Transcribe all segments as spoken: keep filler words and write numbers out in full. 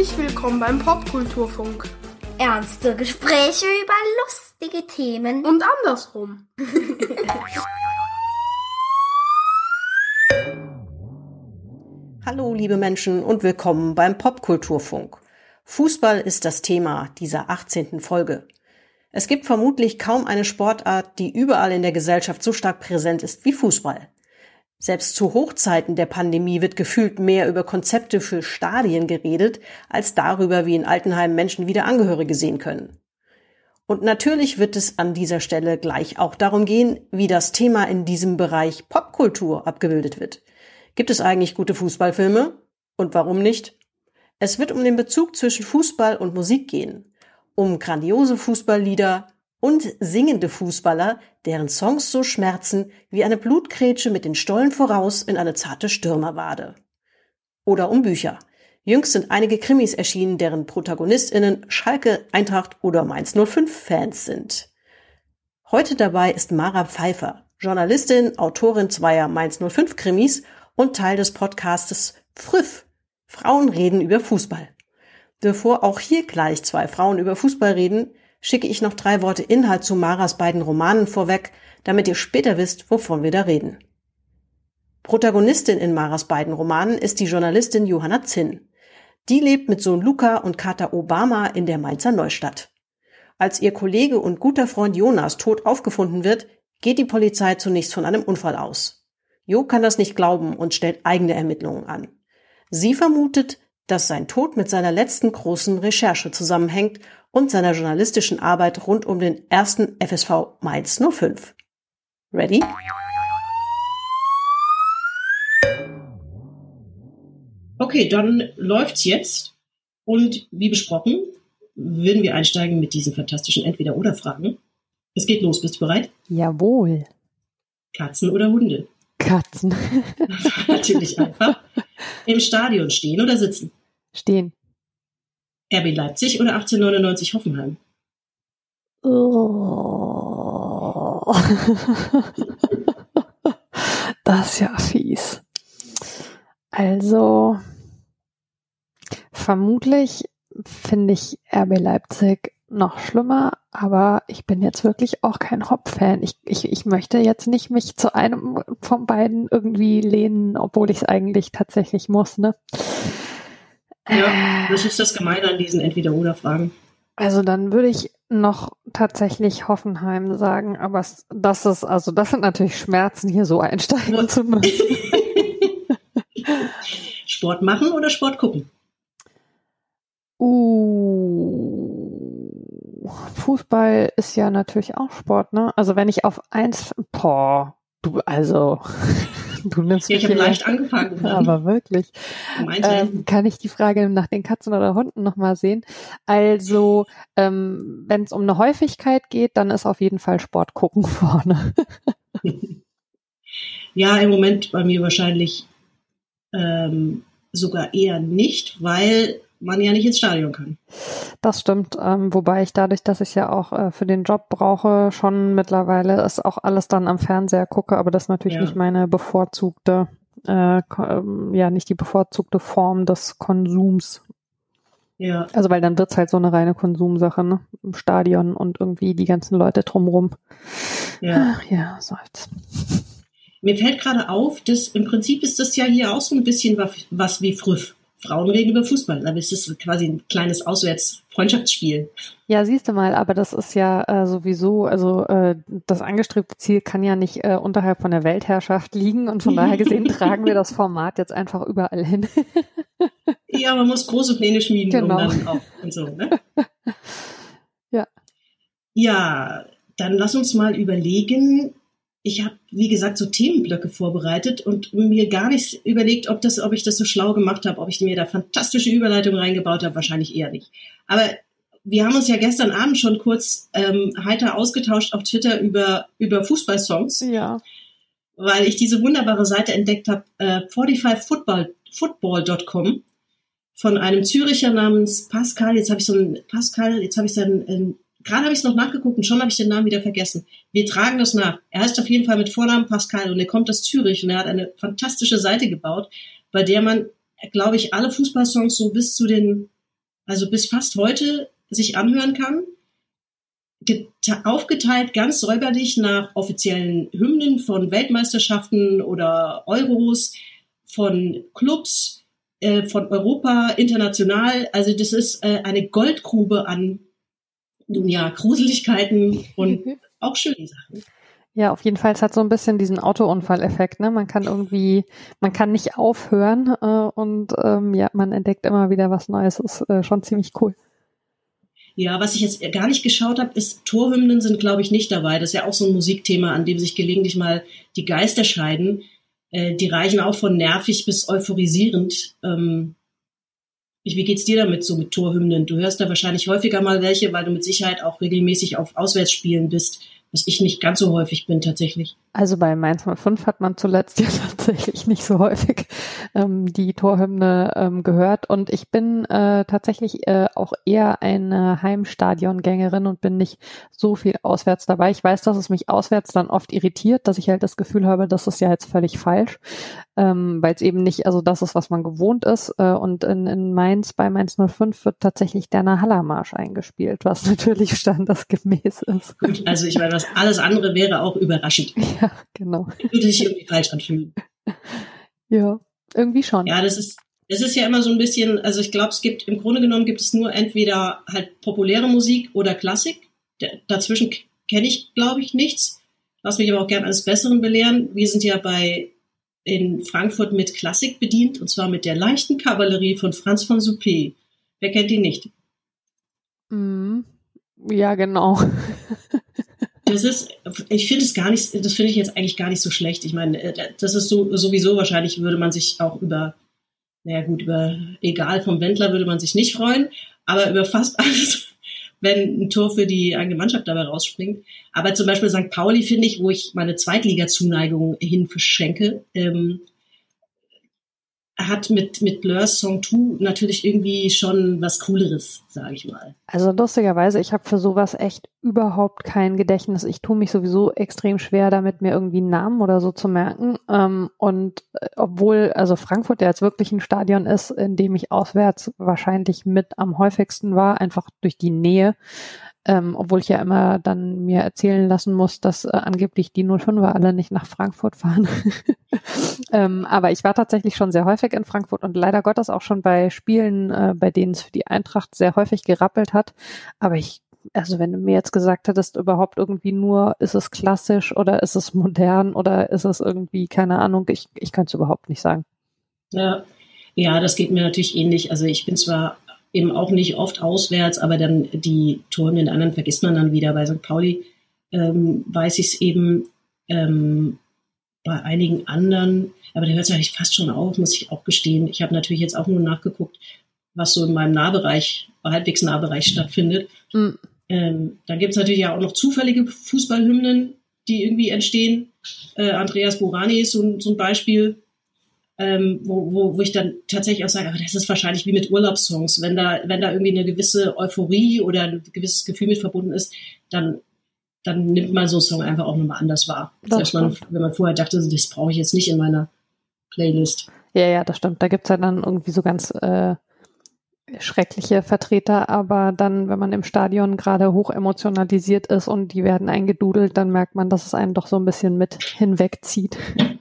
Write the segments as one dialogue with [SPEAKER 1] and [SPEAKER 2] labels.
[SPEAKER 1] Herzlich willkommen beim Popkulturfunk.
[SPEAKER 2] Ernste Gespräche über lustige Themen.
[SPEAKER 1] Und andersrum.
[SPEAKER 3] Hallo liebe Menschen und willkommen beim Popkulturfunk. Fußball ist das Thema dieser achtzehnten Folge. Es gibt vermutlich kaum eine Sportart, die überall in der Gesellschaft so stark präsent ist wie Fußball. Selbst zu Hochzeiten der Pandemie wird gefühlt mehr über Konzepte für Stadien geredet, als darüber, wie in Altenheimen Menschen wieder Angehörige sehen können. Und natürlich wird es an dieser Stelle gleich auch darum gehen, wie das Thema in diesem Bereich Popkultur abgebildet wird. Gibt es eigentlich gute Fußballfilme? Und warum nicht? Es wird um den Bezug zwischen Fußball und Musik gehen, um grandiose Fußballlieder und singende Fußballer, deren Songs so schmerzen wie eine Blutgrätsche mit den Stollen voraus in eine zarte Stürmerwade. Oder um Bücher. Jüngst sind einige Krimis erschienen, deren ProtagonistInnen Schalke, Eintracht oder Mainz null fünf Fans sind. Heute dabei ist Mara Pfeiffer, Journalistin, Autorin zweier Mainz null fünf Krimis und Teil des Podcastes Früff. Frauen reden über Fußball. Bevor auch hier gleich zwei Frauen über Fußball reden, schicke ich noch drei Worte Inhalt zu Maras beiden Romanen vorweg, damit ihr später wisst, wovon wir da reden. Protagonistin in Maras beiden Romanen ist die Journalistin Johanna Zinn. Die lebt mit Sohn Luca und Kater Obama in der Mainzer Neustadt. Als ihr Kollege und guter Freund Jonas tot aufgefunden wird, geht die Polizei zunächst von einem Unfall aus. Jo kann das nicht glauben und stellt eigene Ermittlungen an. Sie vermutet, dass sein Tod mit seiner letzten großen Recherche zusammenhängt und seiner journalistischen Arbeit rund um den ersten F S V Mainz null fünf. Ready?
[SPEAKER 4] Okay, dann läuft's jetzt. Und wie besprochen, würden wir einsteigen mit diesen fantastischen Entweder-oder-Fragen. Es geht los. Bist du bereit?
[SPEAKER 5] Jawohl.
[SPEAKER 4] Katzen oder Hunde?
[SPEAKER 5] Katzen.
[SPEAKER 4] Natürlich einfach. Im Stadion stehen oder sitzen?
[SPEAKER 5] Stehen.
[SPEAKER 4] R B Leipzig oder achtzehnhundertneunundneunzig Hoffenheim?
[SPEAKER 5] Oh. Das ist ja fies. Also, vermutlich finde ich R B Leipzig noch schlimmer, aber ich bin jetzt wirklich auch kein Hopp-Fan. Ich, ich, ich möchte jetzt nicht mich zu einem von beiden irgendwie lehnen, obwohl ich es eigentlich tatsächlich muss, ne?
[SPEAKER 4] Ja, das ist das Gemeine an diesen Entweder-oder-Fragen.
[SPEAKER 5] Also dann würde ich noch tatsächlich Hoffenheim sagen, aber das ist, also das sind natürlich Schmerzen, hier so einsteigen zu müssen.
[SPEAKER 4] Sport machen oder Sport gucken?
[SPEAKER 5] Uh, Fußball ist ja natürlich auch Sport, ne? Also wenn ich auf eins, boah, du, also, du nimmst
[SPEAKER 4] ja, ich habe leicht angefangen.
[SPEAKER 5] Aber wirklich. Ähm, kann ich die Frage nach den Katzen oder Hunden nochmal sehen? Also, ähm, wenn es um eine Häufigkeit geht, dann ist auf jeden Fall Sport gucken vorne.
[SPEAKER 4] Ja, im Moment bei mir wahrscheinlich ähm, sogar eher nicht, weil man ja nicht ins Stadion kann.
[SPEAKER 5] Das stimmt, ähm, wobei ich dadurch, dass ich ja auch äh, für den Job brauche, schon mittlerweile das auch alles dann am Fernseher gucke, aber das ist natürlich ja nicht meine bevorzugte, äh, ko- ja nicht die bevorzugte Form des Konsums.
[SPEAKER 4] Ja.
[SPEAKER 5] Also weil dann wird's halt so eine reine Konsumsache, ne? Im Stadion und irgendwie die ganzen Leute drumrum.
[SPEAKER 4] Ja,
[SPEAKER 5] Ach, ja, so jetzt.
[SPEAKER 4] Mir fällt gerade auf, dass im Prinzip ist das ja hier auch so ein bisschen was, was wie Früff. Frauen reden über Fußball, aber es ist quasi ein kleines Auswärts-Freundschaftsspiel.
[SPEAKER 5] Ja, siehst du mal, aber das ist ja äh, sowieso, also äh, das angestrebte Ziel kann ja nicht äh, unterhalb von der Weltherrschaft liegen und von daher gesehen tragen wir das Format jetzt einfach überall hin.
[SPEAKER 4] Ja, man muss große Pläne schmieden,
[SPEAKER 5] genau.
[SPEAKER 4] Um dann auch und so, ne?
[SPEAKER 5] Ja.
[SPEAKER 4] Ja, dann lass uns mal überlegen. Ich habe, wie gesagt, so Themenblöcke vorbereitet und mir gar nicht überlegt, ob das, ob ich das so schlau gemacht habe, ob ich mir da fantastische Überleitungen reingebaut habe. Wahrscheinlich eher nicht. Aber wir haben uns ja gestern Abend schon kurz ähm, heiter ausgetauscht auf Twitter über über Fußballsongs.
[SPEAKER 5] Ja.
[SPEAKER 4] Weil ich diese wunderbare Seite entdeckt habe, äh, fünfundvierzig football punkt com von einem Züricher namens Pascal. Jetzt habe ich so einen Pascal, jetzt habe ich seinen ähm, Gerade habe ich es noch nachgeguckt und schon habe ich den Namen wieder vergessen. Wir tragen das nach. Er heißt auf jeden Fall mit Vornamen Pascal und er kommt aus Zürich und er hat eine fantastische Seite gebaut, bei der man, glaube ich, alle Fußballsongs so bis zu den also bis fast heute sich anhören kann. Gete- aufgeteilt ganz säuberlich nach offiziellen Hymnen von Weltmeisterschaften oder Euros, von Clubs, äh, von Europa, international. Also das ist äh, eine Goldgrube an, nun ja, Gruseligkeiten und auch schönen Sachen.
[SPEAKER 5] Ja, auf jeden Fall. Es hat so ein bisschen diesen Autounfall-Effekt, ne? Man kann irgendwie, man kann nicht aufhören äh, und ähm, ja, man entdeckt immer wieder was Neues. Das ist äh, schon ziemlich cool.
[SPEAKER 4] Ja, was ich jetzt gar nicht geschaut habe, ist, Torhymnen sind, glaube ich, nicht dabei. Das ist ja auch so ein Musikthema, an dem sich gelegentlich mal die Geister scheiden. Äh, die reichen auch von nervig bis euphorisierend. Ähm, ich, wie geht's dir damit, so mit Torhymnen? Du hörst da wahrscheinlich häufiger mal welche, weil du mit Sicherheit auch regelmäßig auf Auswärtsspielen bist, was ich nicht ganz so häufig bin tatsächlich.
[SPEAKER 5] Also bei Mainz null fünf hat man zuletzt ja tatsächlich nicht so häufig ähm, die Torhymne ähm, gehört und ich bin äh, tatsächlich äh, auch eher eine Heimstadiongängerin und bin nicht so viel auswärts dabei. Ich weiß, dass es mich auswärts dann oft irritiert, dass ich halt das Gefühl habe, das ist ja jetzt völlig falsch, ähm, weil es eben nicht, also das ist, was man gewohnt ist äh, und in, in Mainz, bei Mainz null fünf wird tatsächlich der Nahalla-Marsch eingespielt, was natürlich standesgemäß ist.
[SPEAKER 4] Also ich meine, was alles andere wäre auch überraschend.
[SPEAKER 5] Ja, genau.
[SPEAKER 4] Würde sich irgendwie falsch anfühlen.
[SPEAKER 5] Ja, irgendwie schon.
[SPEAKER 4] Ja, das ist, das ist ja immer so ein bisschen, also ich glaube, es gibt, im Grunde genommen gibt es nur entweder halt populäre Musik oder Klassik. D- dazwischen k- kenne ich, glaube ich, nichts. Lass mich aber auch gern eines Besseren belehren. Wir sind ja bei, in Frankfurt mit Klassik bedient, und zwar mit der leichten Kavallerie von Franz von Suppé. Wer kennt die nicht?
[SPEAKER 5] Mm, ja, genau.
[SPEAKER 4] Das ist, ich finde es gar nicht, das finde ich jetzt eigentlich gar nicht so schlecht. Ich meine, das ist so, sowieso wahrscheinlich würde man sich auch über, naja gut, über Egal vom Wendler würde man sich nicht freuen, aber über fast alles, wenn ein Tor für die eigene Mannschaft dabei rausspringt. Aber zum Beispiel Sankt Pauli finde ich, wo ich meine Zweitliga-Zuneigung hin verschenke, ähm, hat mit, mit Blurs Song zwei natürlich irgendwie schon was Cooleres, sage ich mal.
[SPEAKER 5] Also lustigerweise, ich habe für sowas echt überhaupt kein Gedächtnis. Ich tue mich sowieso extrem schwer damit, mir irgendwie einen Namen oder so zu merken. Ähm, und äh, obwohl, also Frankfurt ja jetzt wirklich ein Stadion ist, in dem ich auswärts wahrscheinlich mit am häufigsten war, einfach durch die Nähe, ähm, obwohl ich ja immer dann mir erzählen lassen muss, dass äh, angeblich die null fünfer alle nicht nach Frankfurt fahren. ähm, aber ich war tatsächlich schon sehr häufig in Frankfurt und leider Gottes auch schon bei Spielen, äh, bei denen es für die Eintracht sehr häufig gerappelt hat. Aber ich, also wenn du mir jetzt gesagt hättest, überhaupt irgendwie nur, ist es klassisch oder ist es modern oder ist es irgendwie, keine Ahnung, ich, ich könnte es überhaupt nicht sagen.
[SPEAKER 4] Ja. Ja, das geht mir natürlich ähnlich. Also ich bin zwar eben auch nicht oft auswärts, aber dann die Touren in anderen vergisst man dann wieder. Bei Sankt Pauli ähm, weiß ich es eben, ähm, bei einigen anderen, aber der hört es eigentlich fast schon auf, muss ich auch gestehen. Ich habe natürlich jetzt auch nur nachgeguckt, was so in meinem Nahbereich, halbwegs Nahbereich stattfindet. Mhm. Ähm, dann gibt es natürlich ja auch noch zufällige Fußballhymnen, die irgendwie entstehen. Äh, Andreas Borani ist so, so ein Beispiel, ähm, wo, wo, wo ich dann tatsächlich auch sage, aber das ist wahrscheinlich wie mit Urlaubssongs. Wenn da, wenn da irgendwie eine gewisse Euphorie oder ein gewisses Gefühl mit verbunden ist, dann, dann nimmt man so einen Song einfach auch nochmal anders wahr. Selbst man, wenn man vorher dachte, das brauche ich jetzt nicht in meiner Playlist.
[SPEAKER 5] Ja, ja, das stimmt. Da gibt's ja dann irgendwie so ganz äh, schreckliche Vertreter, aber dann, wenn man im Stadion gerade hoch emotionalisiert ist und die werden eingedudelt, dann merkt man, dass es einen doch so ein bisschen mit hinwegzieht.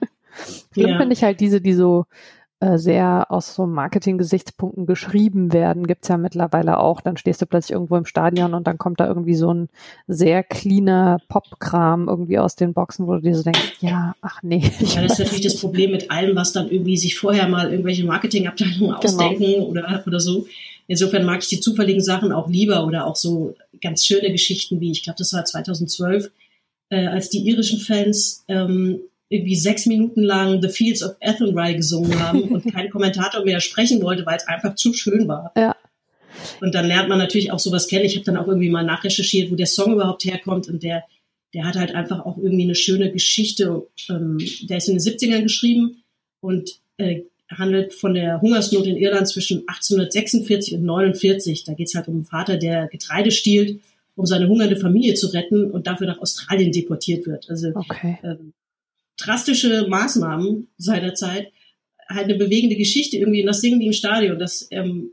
[SPEAKER 5] Schlimm
[SPEAKER 4] Ja.
[SPEAKER 5] finde ich halt diese, die so äh, sehr aus so Marketing-Gesichtspunkten geschrieben werden, gibt's ja mittlerweile auch. Dann stehst du plötzlich irgendwo im Stadion und dann kommt da irgendwie so ein sehr cleaner Pop-Kram irgendwie aus den Boxen, wo du dir so denkst, ja, ach nee.
[SPEAKER 4] Ja, das ist natürlich das Problem mit allem, was dann irgendwie sich vorher mal irgendwelche Marketingabteilungen ausdenken genau. oder, oder so. Insofern mag ich die zufälligen Sachen auch lieber oder auch so ganz schöne Geschichten wie, ich glaube, das war zweitausendzwölf, äh, als die irischen Fans ähm, irgendwie sechs Minuten lang The Fields of Athenry gesungen haben und kein Kommentator mehr sprechen wollte, weil es einfach zu schön war.
[SPEAKER 5] Ja.
[SPEAKER 4] Und dann lernt man natürlich auch sowas kennen. Ich habe dann auch irgendwie mal nachrecherchiert, wo der Song überhaupt herkommt und der, der hat halt einfach auch irgendwie eine schöne Geschichte. Ähm, der ist in den siebzigern geschrieben und äh, handelt von der Hungersnot in Irland zwischen achtzehnhundertsechsundvierzig und neunundvierzig. Da geht es halt um einen Vater, der Getreide stiehlt, um seine hungernde Familie zu retten und dafür nach Australien deportiert wird. Also
[SPEAKER 5] okay.
[SPEAKER 4] ähm, drastische Maßnahmen seinerzeit, halt eine bewegende Geschichte irgendwie, und das singen die im Stadion. Das ähm,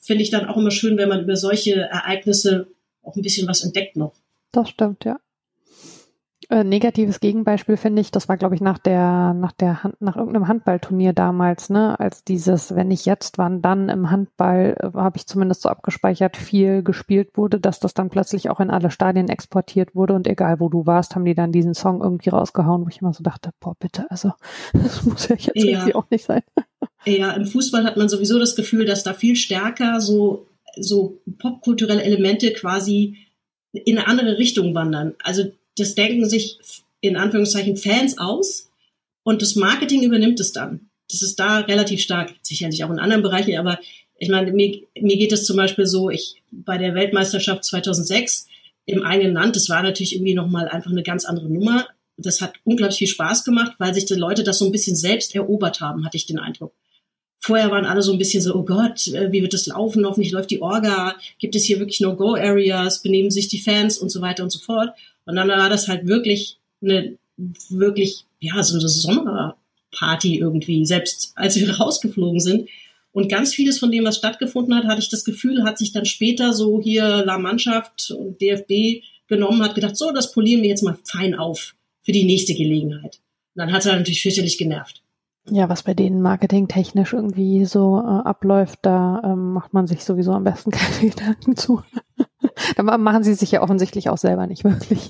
[SPEAKER 4] finde ich dann auch immer schön, wenn man über solche Ereignisse auch ein bisschen was entdeckt noch.
[SPEAKER 5] Das stimmt, ja. Äh, negatives Gegenbeispiel finde ich, das war, glaube ich, nach der, nach der Hand, nach irgendeinem Handballturnier damals, ne, als dieses, wenn nicht jetzt, wann dann im Handball, äh, habe ich zumindest so abgespeichert, viel gespielt wurde, dass das dann plötzlich auch in alle Stadien exportiert wurde und egal wo du warst, haben die dann diesen Song irgendwie rausgehauen, wo ich immer so dachte, boah, bitte, also, das muss ja jetzt ja. irgendwie auch nicht sein.
[SPEAKER 4] Ja, im Fußball hat man sowieso das Gefühl, dass da viel stärker so, so popkulturelle Elemente quasi in eine andere Richtung wandern. Also, das denken sich in Anführungszeichen Fans aus und das Marketing übernimmt es dann. Das ist da relativ stark, sicherlich auch in anderen Bereichen, aber ich meine, mir, mir geht es zum Beispiel so, ich bei der Weltmeisterschaft zweitausendsechs im eigenen Land, das war natürlich irgendwie nochmal einfach eine ganz andere Nummer. Das hat unglaublich viel Spaß gemacht, weil sich die Leute das so ein bisschen selbst erobert haben, hatte ich den Eindruck. Vorher waren alle so ein bisschen so, oh Gott, wie wird das laufen? Hoffentlich läuft die Orga. Gibt es hier wirklich No-Go-Areas? Benehmen sich die Fans und so weiter und so fort. Und dann war das halt wirklich eine, wirklich, ja, so eine Sommerparty irgendwie, selbst als wir rausgeflogen sind. Und ganz vieles von dem, was stattgefunden hat, hatte ich das Gefühl, hat sich dann später so hier La Mannschaft und D F B genommen, hat gedacht, so, das polieren wir jetzt mal fein auf für die nächste Gelegenheit. Und dann hat es halt natürlich fürchterlich genervt.
[SPEAKER 5] Ja, was bei denen marketingtechnisch irgendwie so äh, abläuft, da ähm, macht man sich sowieso am besten keine Gedanken zu. Da machen sie sich ja offensichtlich auch selber nicht wirklich.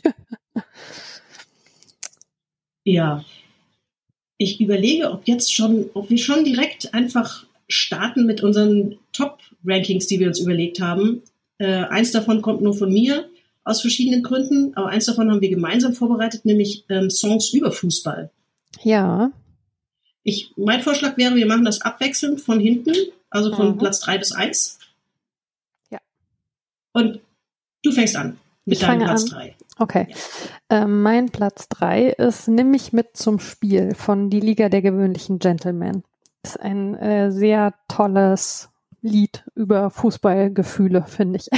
[SPEAKER 4] Ja, ich überlege, ob jetzt schon, ob wir schon direkt einfach starten mit unseren Top-Rankings, die wir uns überlegt haben. Äh, eins davon kommt nur von mir aus verschiedenen Gründen, aber eins davon haben wir gemeinsam vorbereitet, nämlich ähm, Songs über Fußball.
[SPEAKER 5] Ja.
[SPEAKER 4] Ich, mein Vorschlag wäre, wir machen das abwechselnd von hinten, also von mhm. Platz drei bis eins.
[SPEAKER 5] Ja.
[SPEAKER 4] Und du fängst an mit
[SPEAKER 5] ich
[SPEAKER 4] deinem Platz
[SPEAKER 5] an.
[SPEAKER 4] drei.
[SPEAKER 5] Okay.
[SPEAKER 4] Ja.
[SPEAKER 5] Äh, mein Platz drei ist Nimm mich mit zum Spiel von Die Liga der gewöhnlichen Gentlemen. Das ist ein äh, sehr tolles Lied über Fußballgefühle, finde ich.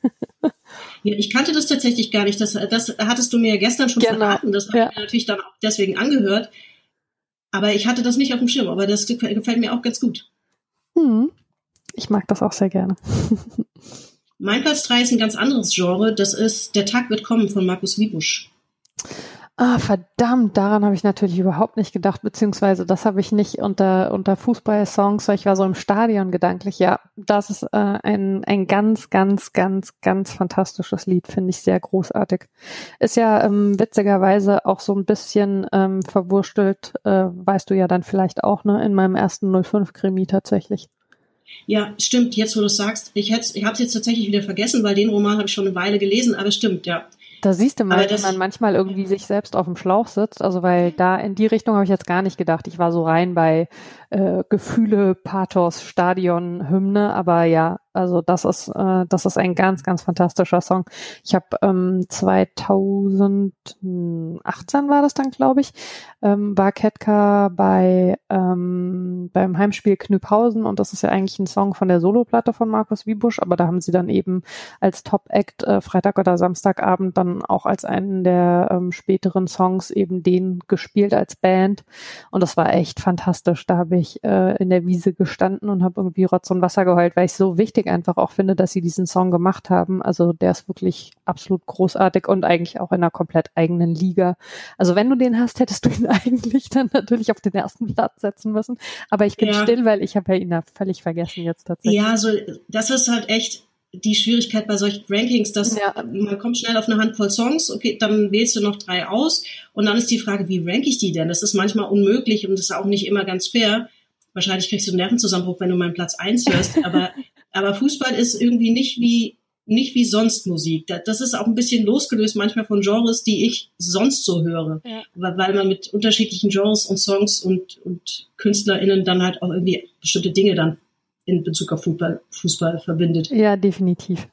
[SPEAKER 4] Ja, ich kannte das tatsächlich gar nicht. Das, das hattest du mir ja gestern schon
[SPEAKER 5] genau.
[SPEAKER 4] verraten. Das habe
[SPEAKER 5] ja.
[SPEAKER 4] ich mir natürlich dann auch deswegen angehört. Aber ich hatte das nicht auf dem Schirm, aber das gefällt mir auch ganz gut.
[SPEAKER 5] Hm. Ich mag das auch sehr gerne.
[SPEAKER 4] Mein Platz drei ist ein ganz anderes Genre. Das ist Der Tag wird kommen von Markus Wiebusch.
[SPEAKER 5] Ah, verdammt, daran habe ich natürlich überhaupt nicht gedacht, beziehungsweise das habe ich nicht unter unter Fußball-Songs, weil ich war so im Stadion gedanklich. Ja, das ist äh, ein ein ganz, ganz, ganz, ganz fantastisches Lied, finde ich sehr großartig. Ist ja ähm, witzigerweise auch so ein bisschen ähm, verwurstelt, äh, weißt du ja dann vielleicht auch, ne, in meinem ersten null fünf Krimi tatsächlich.
[SPEAKER 4] Ja, stimmt, jetzt wo du es sagst, ich, ich habe es jetzt tatsächlich wieder vergessen, weil den Roman habe ich schon eine Weile gelesen, aber stimmt, ja.
[SPEAKER 5] Da siehst du mal, dass man manchmal irgendwie sich selbst auf dem Schlauch sitzt, also weil da in die Richtung habe ich jetzt gar nicht gedacht. Ich war so rein bei äh, Gefühle, Pathos, Stadion, Hymne, aber ja, also das ist äh, das ist ein ganz, ganz fantastischer Song. Ich habe ähm, zweitausendachtzehn war das dann, glaube ich, ähm, war Ketka bei ähm, beim Heimspiel Knüpphausen und das ist ja eigentlich ein Song von der Soloplatte von Markus Wiebusch, aber da haben sie dann eben als Top-Act äh, Freitag oder Samstagabend dann auch als einen der ähm, späteren Songs eben den gespielt als Band und das war echt fantastisch. Da habe ich äh, in der Wiese gestanden und habe irgendwie Rotz und Wasser geheult, weil ich so wichtig einfach auch finde, dass sie diesen Song gemacht haben. Also der ist wirklich absolut großartig und eigentlich auch in einer komplett eigenen Liga. Also wenn du den hast, hättest du ihn eigentlich dann natürlich auf den ersten Platz setzen müssen. Aber ich bin
[SPEAKER 4] ja.
[SPEAKER 5] still, weil ich habe ja ihn da völlig vergessen jetzt tatsächlich.
[SPEAKER 4] Ja, so das ist halt echt die Schwierigkeit bei solchen Rankings, dass ja. man kommt schnell auf eine Handvoll Songs, okay, dann wählst du noch drei aus und dann ist die Frage, wie rank ich die denn? Das ist manchmal unmöglich und das ist auch nicht immer ganz fair. Wahrscheinlich kriegst du einen Nervenzusammenbruch, wenn du meinen Platz eins hörst, aber aber Fußball ist irgendwie nicht wie nicht wie sonst Musik. Das ist auch ein bisschen losgelöst manchmal von Genres, die ich sonst so höre, ja. weil man mit unterschiedlichen Genres und Songs und und KünstlerInnen dann halt auch irgendwie bestimmte Dinge dann in Bezug auf Fußball, Fußball verbindet.
[SPEAKER 5] Ja, definitiv.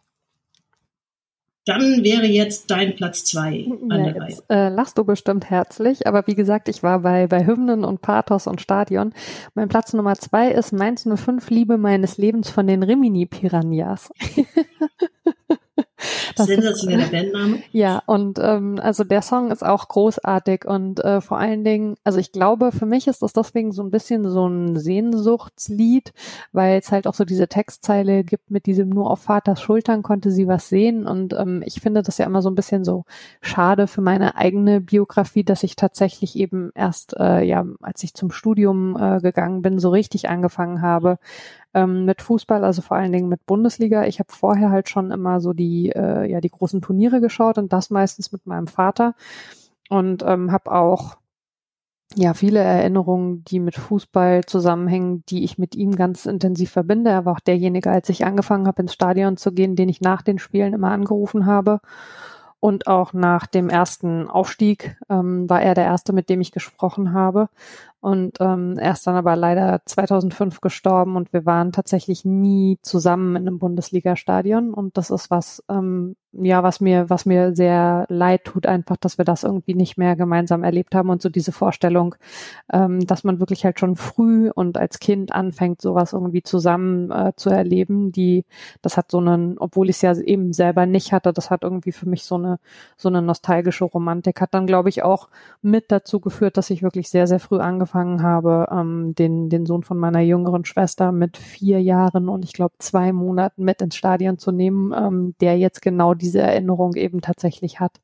[SPEAKER 4] Dann wäre jetzt dein Platz zwei an
[SPEAKER 5] ja,
[SPEAKER 4] der Reihe.
[SPEAKER 5] Jetzt, äh, lachst du bestimmt herzlich, aber wie gesagt, ich war bei bei Hymnen und Pathos und Stadion. Mein Platz Nummer zwei ist Mainz null fünf, Liebe meines Lebens von den Rimini Piranhas.
[SPEAKER 4] Sensationeller Bandname.
[SPEAKER 5] Ja, und ähm, also der Song ist auch großartig und äh, vor allen Dingen, also ich glaube, für mich ist das deswegen so ein bisschen so ein Sehnsuchtslied, weil es halt auch so diese Textzeile gibt mit diesem nur auf Vaters Schultern konnte sie was sehen und ähm, ich finde das ja immer so ein bisschen so schade für meine eigene Biografie, dass ich tatsächlich eben erst, äh, ja, als ich zum Studium äh, gegangen bin, so richtig angefangen habe, Ähm, mit Fußball, also vor allen Dingen mit Bundesliga. Ich habe vorher halt schon immer so die äh, ja die großen Turniere geschaut und das meistens mit meinem Vater und ähm, habe auch ja viele Erinnerungen, die mit Fußball zusammenhängen, die ich mit ihm ganz intensiv verbinde. Er war auch derjenige, als ich angefangen habe, ins Stadion zu gehen, den ich nach den Spielen immer angerufen habe. Und auch nach dem ersten Aufstieg ähm, war er der Erste, mit dem ich gesprochen habe. Und ähm, er ist dann aber leider zweitausendfünf gestorben und wir waren tatsächlich nie zusammen in einem Bundesliga-Stadion. Und das ist was, ähm, ja, was mir, was mir sehr leid tut, einfach, dass wir das irgendwie nicht mehr gemeinsam erlebt haben. Und so diese Vorstellung, ähm, dass man wirklich halt schon früh und als Kind anfängt, sowas irgendwie zusammen äh, zu erleben, die, das hat so einen, obwohl ich es ja eben selber nicht hatte, das hat irgendwie für mich so eine, so eine nostalgische Romantik, hat dann, glaube ich, auch mit dazu geführt, dass ich wirklich sehr, sehr früh angefangen habe, ähm, den, den Sohn von meiner jüngeren Schwester mit vier Jahren und ich glaube zwei Monaten mit ins Stadion zu nehmen, ähm, der jetzt genau diese Erinnerung eben tatsächlich hat.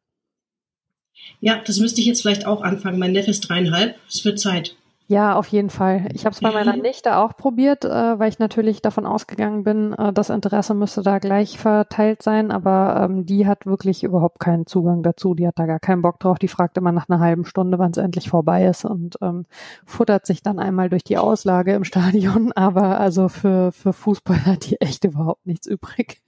[SPEAKER 4] Ja, das müsste ich jetzt vielleicht auch anfangen. Mein Neffe ist dreieinhalb. Es wird Zeit.
[SPEAKER 5] Ja, auf jeden Fall. Ich habe es bei meiner Nichte auch probiert, äh, weil ich natürlich davon ausgegangen bin, äh, das Interesse müsste da gleich verteilt sein, aber ähm, die hat wirklich überhaupt keinen Zugang dazu. Die hat da gar keinen Bock drauf. Die fragt immer nach einer halben Stunde, wann es endlich vorbei ist und ähm, futtert sich dann einmal durch die Auslage im Stadion. Aber also für, für Fußball hat die echt überhaupt nichts übrig.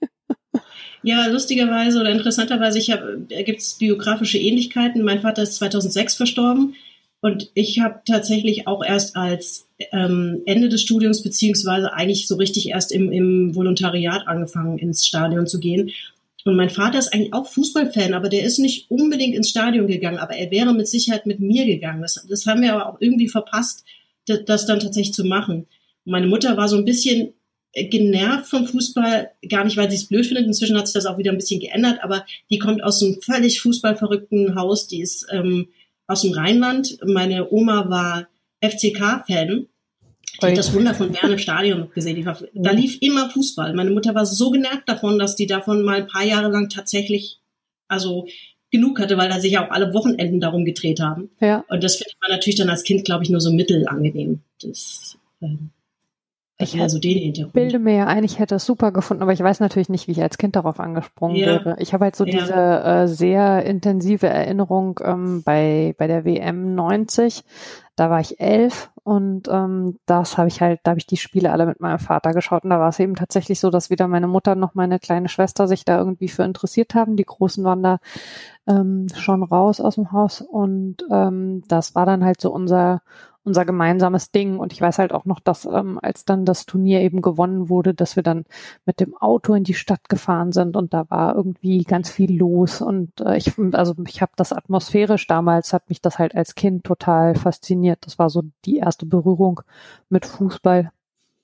[SPEAKER 4] Ja, lustigerweise oder interessanterweise, ich habe, da gibt es biografische Ähnlichkeiten. Mein Vater ist zweitausendsechs verstorben. Und ich habe tatsächlich auch erst als ähm, Ende des Studiums beziehungsweise eigentlich so richtig erst im, im Volontariat angefangen, ins Stadion zu gehen. Und mein Vater ist eigentlich auch Fußballfan, aber der ist nicht unbedingt ins Stadion gegangen, aber er wäre mit Sicherheit mit mir gegangen. Das, das haben wir aber auch irgendwie verpasst, das, das dann tatsächlich zu machen. Und meine Mutter war so ein bisschen genervt vom Fußball, gar nicht, weil sie es blöd findet. Inzwischen hat sich das auch wieder ein bisschen geändert, aber die kommt aus einem völlig fußballverrückten Haus, die ist ähm, aus dem Rheinland. Meine Oma war F C K-Fan. Die hat das Wunder von Bern im Stadion gesehen. Die war, da lief immer Fußball. Meine Mutter war so genervt davon, dass die davon mal ein paar Jahre lang tatsächlich also genug hatte, weil da sich ja auch alle Wochenenden darum gedreht haben. Ja. Und das findet man natürlich dann als Kind, glaube ich, nur so mittelangenehm. Das ähm,
[SPEAKER 5] Ich
[SPEAKER 4] also den Hintergrund.
[SPEAKER 5] bilde mir ja ein, ich hätte es super gefunden, aber ich weiß natürlich nicht, wie ich als Kind darauf angesprungen ja. wäre. Ich habe halt so ja. diese äh, sehr intensive Erinnerung ähm, bei bei der W M neunzig. Da war ich elf und ähm, das habe ich halt, da habe ich die Spiele alle mit meinem Vater geschaut und da war es eben tatsächlich so, dass weder meine Mutter noch meine kleine Schwester sich da irgendwie für interessiert haben. Die Großen waren da ähm, schon raus aus dem Haus und ähm, das war dann halt so unser unser gemeinsames Ding. Und ich weiß halt auch noch, dass ähm, als dann das Turnier eben gewonnen wurde, dass wir dann mit dem Auto in die Stadt gefahren sind und da war irgendwie ganz viel los. Und äh, ich, also ich habe das atmosphärisch damals, hat mich das halt als Kind total fasziniert. Das war so die erste Berührung mit Fußball.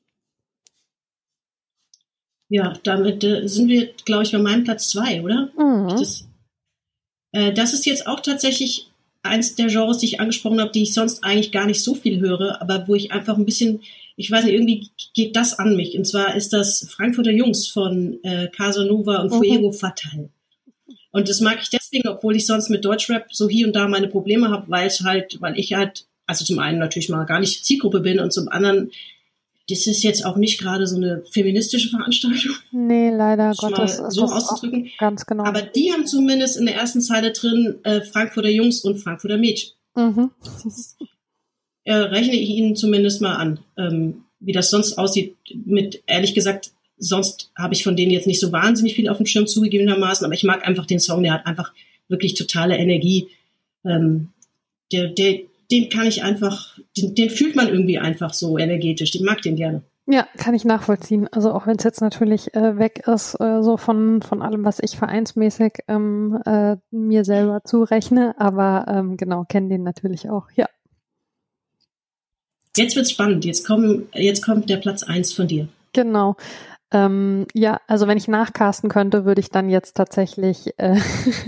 [SPEAKER 4] Ja, damit äh, sind wir, glaube ich, bei meinem Platz zwei, oder?
[SPEAKER 5] Mhm.
[SPEAKER 4] Das, äh, das ist jetzt auch tatsächlich eins der Genres, die ich angesprochen habe, die ich sonst eigentlich gar nicht so viel höre, aber wo ich einfach ein bisschen, ich weiß nicht, irgendwie geht das an mich. Und zwar ist das Frankfurter Jungs von äh, Casanova und Fuego mhm. Fatal. Und das mag ich deswegen, obwohl ich sonst mit Deutschrap so hier und da meine Probleme habe, weil es halt, weil ich halt, also zum einen natürlich mal gar nicht Zielgruppe bin und zum anderen, das ist jetzt auch nicht gerade so eine feministische Veranstaltung.
[SPEAKER 5] Nee, leider Gottes.
[SPEAKER 4] So auszudrücken.
[SPEAKER 5] Ganz genau.
[SPEAKER 4] Aber die haben zumindest in der ersten Zeile drin äh, Frankfurter Jungs und Frankfurter Mädchen.
[SPEAKER 5] Mhm.
[SPEAKER 4] Das äh, rechne ich Ihnen zumindest mal an. Ähm, wie das sonst aussieht, mit, ehrlich gesagt, sonst habe ich von denen jetzt nicht so wahnsinnig viel auf dem Schirm zugegebenermaßen, aber ich mag einfach den Song, der hat einfach wirklich totale Energie. Ähm, der, der, den kann ich einfach, den, den fühlt man irgendwie einfach so energetisch. Ich mag den gerne.
[SPEAKER 5] Ja, kann ich nachvollziehen. Also auch wenn es jetzt natürlich äh, weg ist, äh, so von von allem, was ich vereinsmäßig ähm, äh, mir selber zurechne, aber ähm, genau, kenne den natürlich auch, ja.
[SPEAKER 4] Jetzt wird's spannend. Jetzt kommen, jetzt kommt der Platz eins von dir.
[SPEAKER 5] Genau. Ähm, ja, also wenn ich nachcasten könnte, würde ich dann jetzt tatsächlich äh,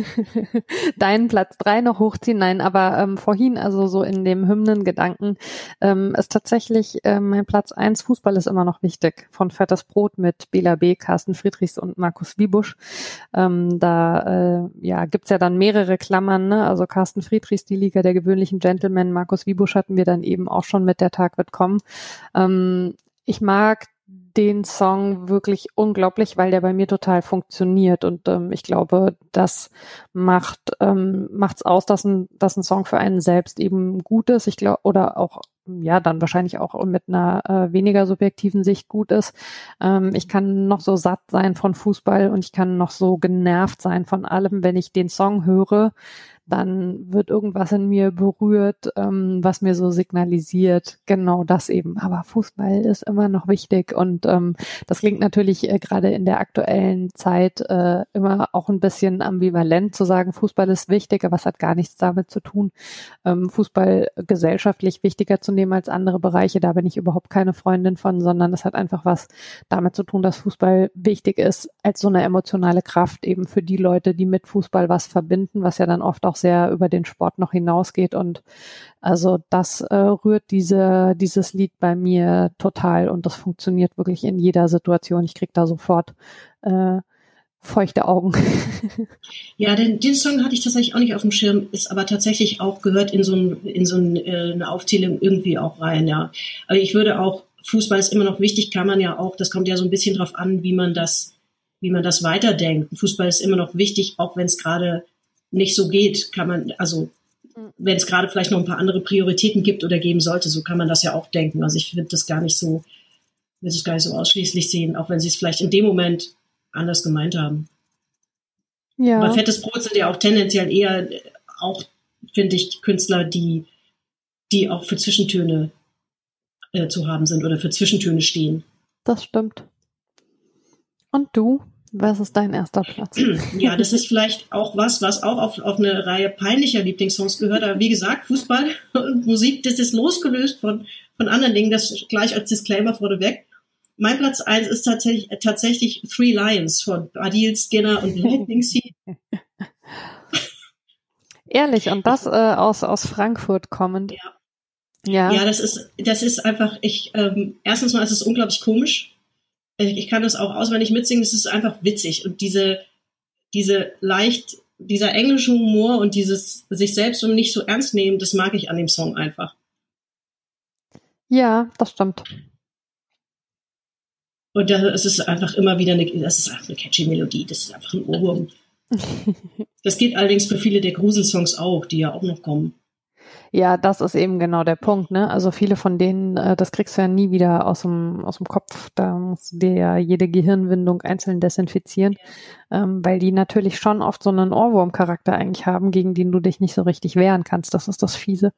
[SPEAKER 5] deinen Platz drei noch hochziehen. Nein, aber ähm, vorhin, also so in dem Hymnengedanken, ähm, ist tatsächlich äh, mein Platz eins, Fußball ist immer noch wichtig, von Fettes Brot mit Bela B., Carsten Friedrichs und Markus Wiebusch. Ähm, da äh, ja gibt's ja dann mehrere Klammern, ne? Also Carsten Friedrichs, die Liga der gewöhnlichen Gentlemen, Markus Wiebusch hatten wir dann eben auch schon mit Der Tag wird kommen. Ähm, ich mag den Song wirklich unglaublich, weil der bei mir total funktioniert und ähm, ich glaube, das macht ähm, macht's aus, dass ein dass ein Song für einen selbst eben gut ist. Ich glaube, oder auch ja dann wahrscheinlich auch mit einer äh, weniger subjektiven Sicht gut ist. Ähm, ich kann noch so satt sein von Fußball und ich kann noch so genervt sein von allem, wenn ich den Song höre. Dann wird irgendwas in mir berührt, ähm, was mir so signalisiert, genau das eben. Aber Fußball ist immer noch wichtig und ähm, das klingt natürlich äh, gerade in der aktuellen Zeit äh, immer auch ein bisschen ambivalent zu sagen, Fußball ist wichtig, aber es hat gar nichts damit zu tun, ähm, Fußball gesellschaftlich wichtiger zu nehmen als andere Bereiche. Da bin ich überhaupt keine Freundin von, sondern es hat einfach was damit zu tun, dass Fußball wichtig ist als so eine emotionale Kraft eben für die Leute, die mit Fußball was verbinden, was ja dann oft auch sehr über den Sport noch hinausgeht und also das äh, rührt diese dieses Lied bei mir total und das funktioniert wirklich in jeder Situation. Ich krieg da sofort äh, feuchte Augen.
[SPEAKER 4] Ja, den, den Song hatte ich tatsächlich auch nicht auf dem Schirm, ist aber tatsächlich auch gehört in so, ein, in so ein, äh, eine Aufzählung irgendwie auch rein, ja. Aber ich würde auch, Fußball ist immer noch wichtig, kann man ja auch, das kommt ja so ein bisschen drauf an, wie man das, wie man das weiterdenkt. Fußball ist immer noch wichtig, auch wenn es gerade nicht so geht, kann man, also wenn es gerade vielleicht noch ein paar andere Prioritäten gibt oder geben sollte, so kann man das ja auch denken. Also ich finde das gar nicht so, will es gar nicht so ausschließlich sehen, auch wenn sie es vielleicht in dem Moment anders gemeint haben. Ja. Aber Fettes Brot sind ja auch tendenziell eher auch, finde ich, Künstler, die, die auch für Zwischentöne äh, zu haben sind oder für Zwischentöne stehen.
[SPEAKER 5] Das stimmt. Und du? Was ist dein erster Platz?
[SPEAKER 4] Ja, das ist vielleicht auch was, was auch auf, auf eine Reihe peinlicher Lieblingssongs gehört. Aber wie gesagt, Fußball und Musik, das ist losgelöst von, von anderen Dingen. Das gleich als Disclaimer vorneweg. Mein Platz eins ist tatsächlich, tatsächlich Three Lions von Adil, Skinner und Lightning Seed.
[SPEAKER 5] Ehrlich, und das äh, aus, aus Frankfurt kommend.
[SPEAKER 4] Ja.
[SPEAKER 5] Ja.
[SPEAKER 4] Ja, das ist, das ist einfach, ich, ähm, erstens mal ist es unglaublich komisch. Ich kann das auch auswendig mitsingen, es ist einfach witzig. Und diese, diese leicht, dieser englische Humor und dieses sich selbst und nicht so ernst nehmen, das mag ich an dem Song einfach.
[SPEAKER 5] Ja, das stimmt.
[SPEAKER 4] Und das ist einfach immer wieder eine, das ist einfach eine catchy Melodie, das ist einfach ein Ohrwurm. Das gilt allerdings für viele der Gruselsongs auch, die ja auch noch kommen.
[SPEAKER 5] Ja, das ist eben genau der Punkt, ne? Also viele von denen, äh, das kriegst du ja nie wieder aus dem aus dem Kopf. Da musst du dir ja jede Gehirnwindung einzeln desinfizieren, ja. ähm, weil die natürlich schon oft so einen Ohrwurmcharakter eigentlich haben, gegen den du dich nicht so richtig wehren kannst. Das ist das Fiese.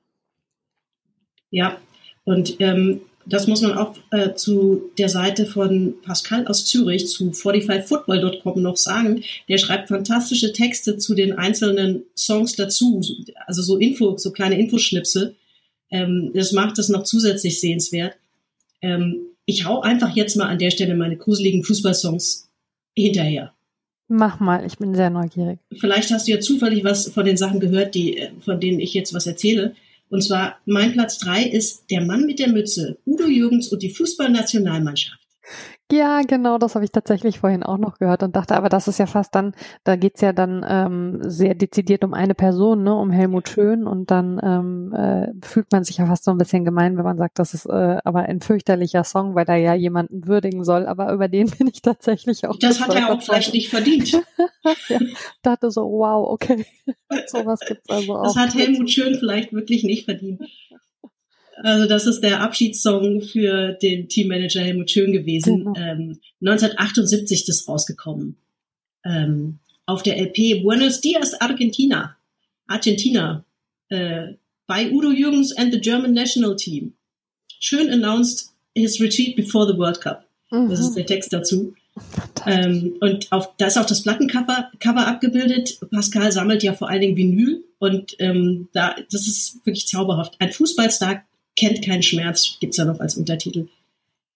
[SPEAKER 4] Ja, und ähm, das muss man auch äh, zu der Seite von Pascal aus Zürich, zu forty-five football dot com noch sagen. Der schreibt fantastische Texte zu den einzelnen Songs dazu, also so Info, so kleine Infoschnipsel. Ähm, das macht es noch zusätzlich sehenswert. Ähm, ich hau einfach jetzt mal an der Stelle meine gruseligen Fußballsongs hinterher.
[SPEAKER 5] Mach mal, ich bin sehr neugierig.
[SPEAKER 4] Vielleicht hast du ja zufällig was von den Sachen gehört, die, von denen ich jetzt was erzähle. Und zwar, mein Platz drei ist Der Mann mit der Mütze, Udo Jürgens und die Fußballnationalmannschaft.
[SPEAKER 5] Ja, genau, das habe ich tatsächlich vorhin auch noch gehört und dachte, aber das ist ja fast dann, da geht's ja dann ähm, sehr dezidiert um eine Person, ne, um Helmut Schön und dann ähm, äh, fühlt man sich ja fast so ein bisschen gemein, wenn man sagt, das ist äh, aber ein fürchterlicher Song, weil er ja jemanden würdigen soll, aber über den bin ich tatsächlich auch.
[SPEAKER 4] Das hat er auch vielleicht nicht verdient.
[SPEAKER 5] Ja, dachte so, wow, okay, sowas gibt's also auch.
[SPEAKER 4] Das hat Helmut Schön vielleicht wirklich nicht verdient. Also das ist der Abschiedssong für den Teammanager Helmut Schön gewesen. Genau. Ähm, neunzehnhundertachtundsiebzig das rausgekommen. Ähm, auf der L P Buenos Dias Argentina. Argentina. Äh, by Udo Jürgens and the German National Team. Schön announced his retreat before the World Cup. Mhm. Das ist der Text dazu. Ähm, und auf, da ist auch das Plattencover Cover abgebildet. Pascal sammelt ja vor allen Dingen Vinyl. Und ähm, da, das ist wirklich zauberhaft. Ein Fußballstar kennt keinen Schmerz, gibt's ja noch als Untertitel.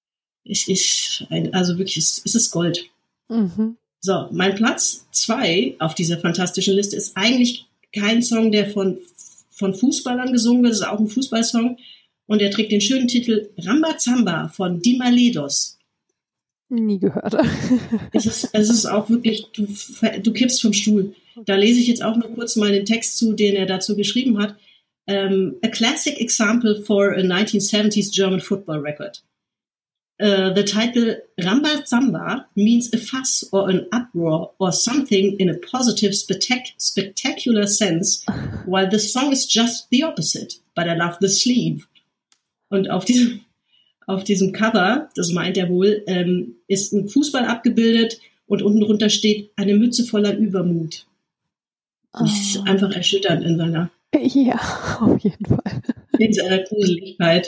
[SPEAKER 4] Es ist ein, also wirklich, es, es ist Gold.
[SPEAKER 5] Mhm.
[SPEAKER 4] So, mein Platz zwei auf dieser fantastischen Liste ist eigentlich kein Song, der von, von Fußballern gesungen wird. Es ist auch ein Fußballsong. Und er trägt den schönen Titel Rambazamba von Dimaledos.
[SPEAKER 5] Nie gehört.
[SPEAKER 4] Es ist, es ist auch wirklich, du, du kippst vom Stuhl. Da lese ich jetzt auch nur kurz mal den Text zu, den er dazu geschrieben hat. Um, a classic example for a nineteen seventies German football record. Uh, the title Rambazamba means a fuss or an uproar or something in a positive, spectac- spectacular sense, while the song is just the opposite. But I love the sleeve. Und auf diesem, auf diesem Cover, das meint er wohl, ähm, ist ein Fußball abgebildet und unten drunter steht eine Mütze voller Übermut. Das ist einfach erschütternd in seiner,
[SPEAKER 5] ja, auf jeden Fall.
[SPEAKER 4] in seiner Gruseligkeit.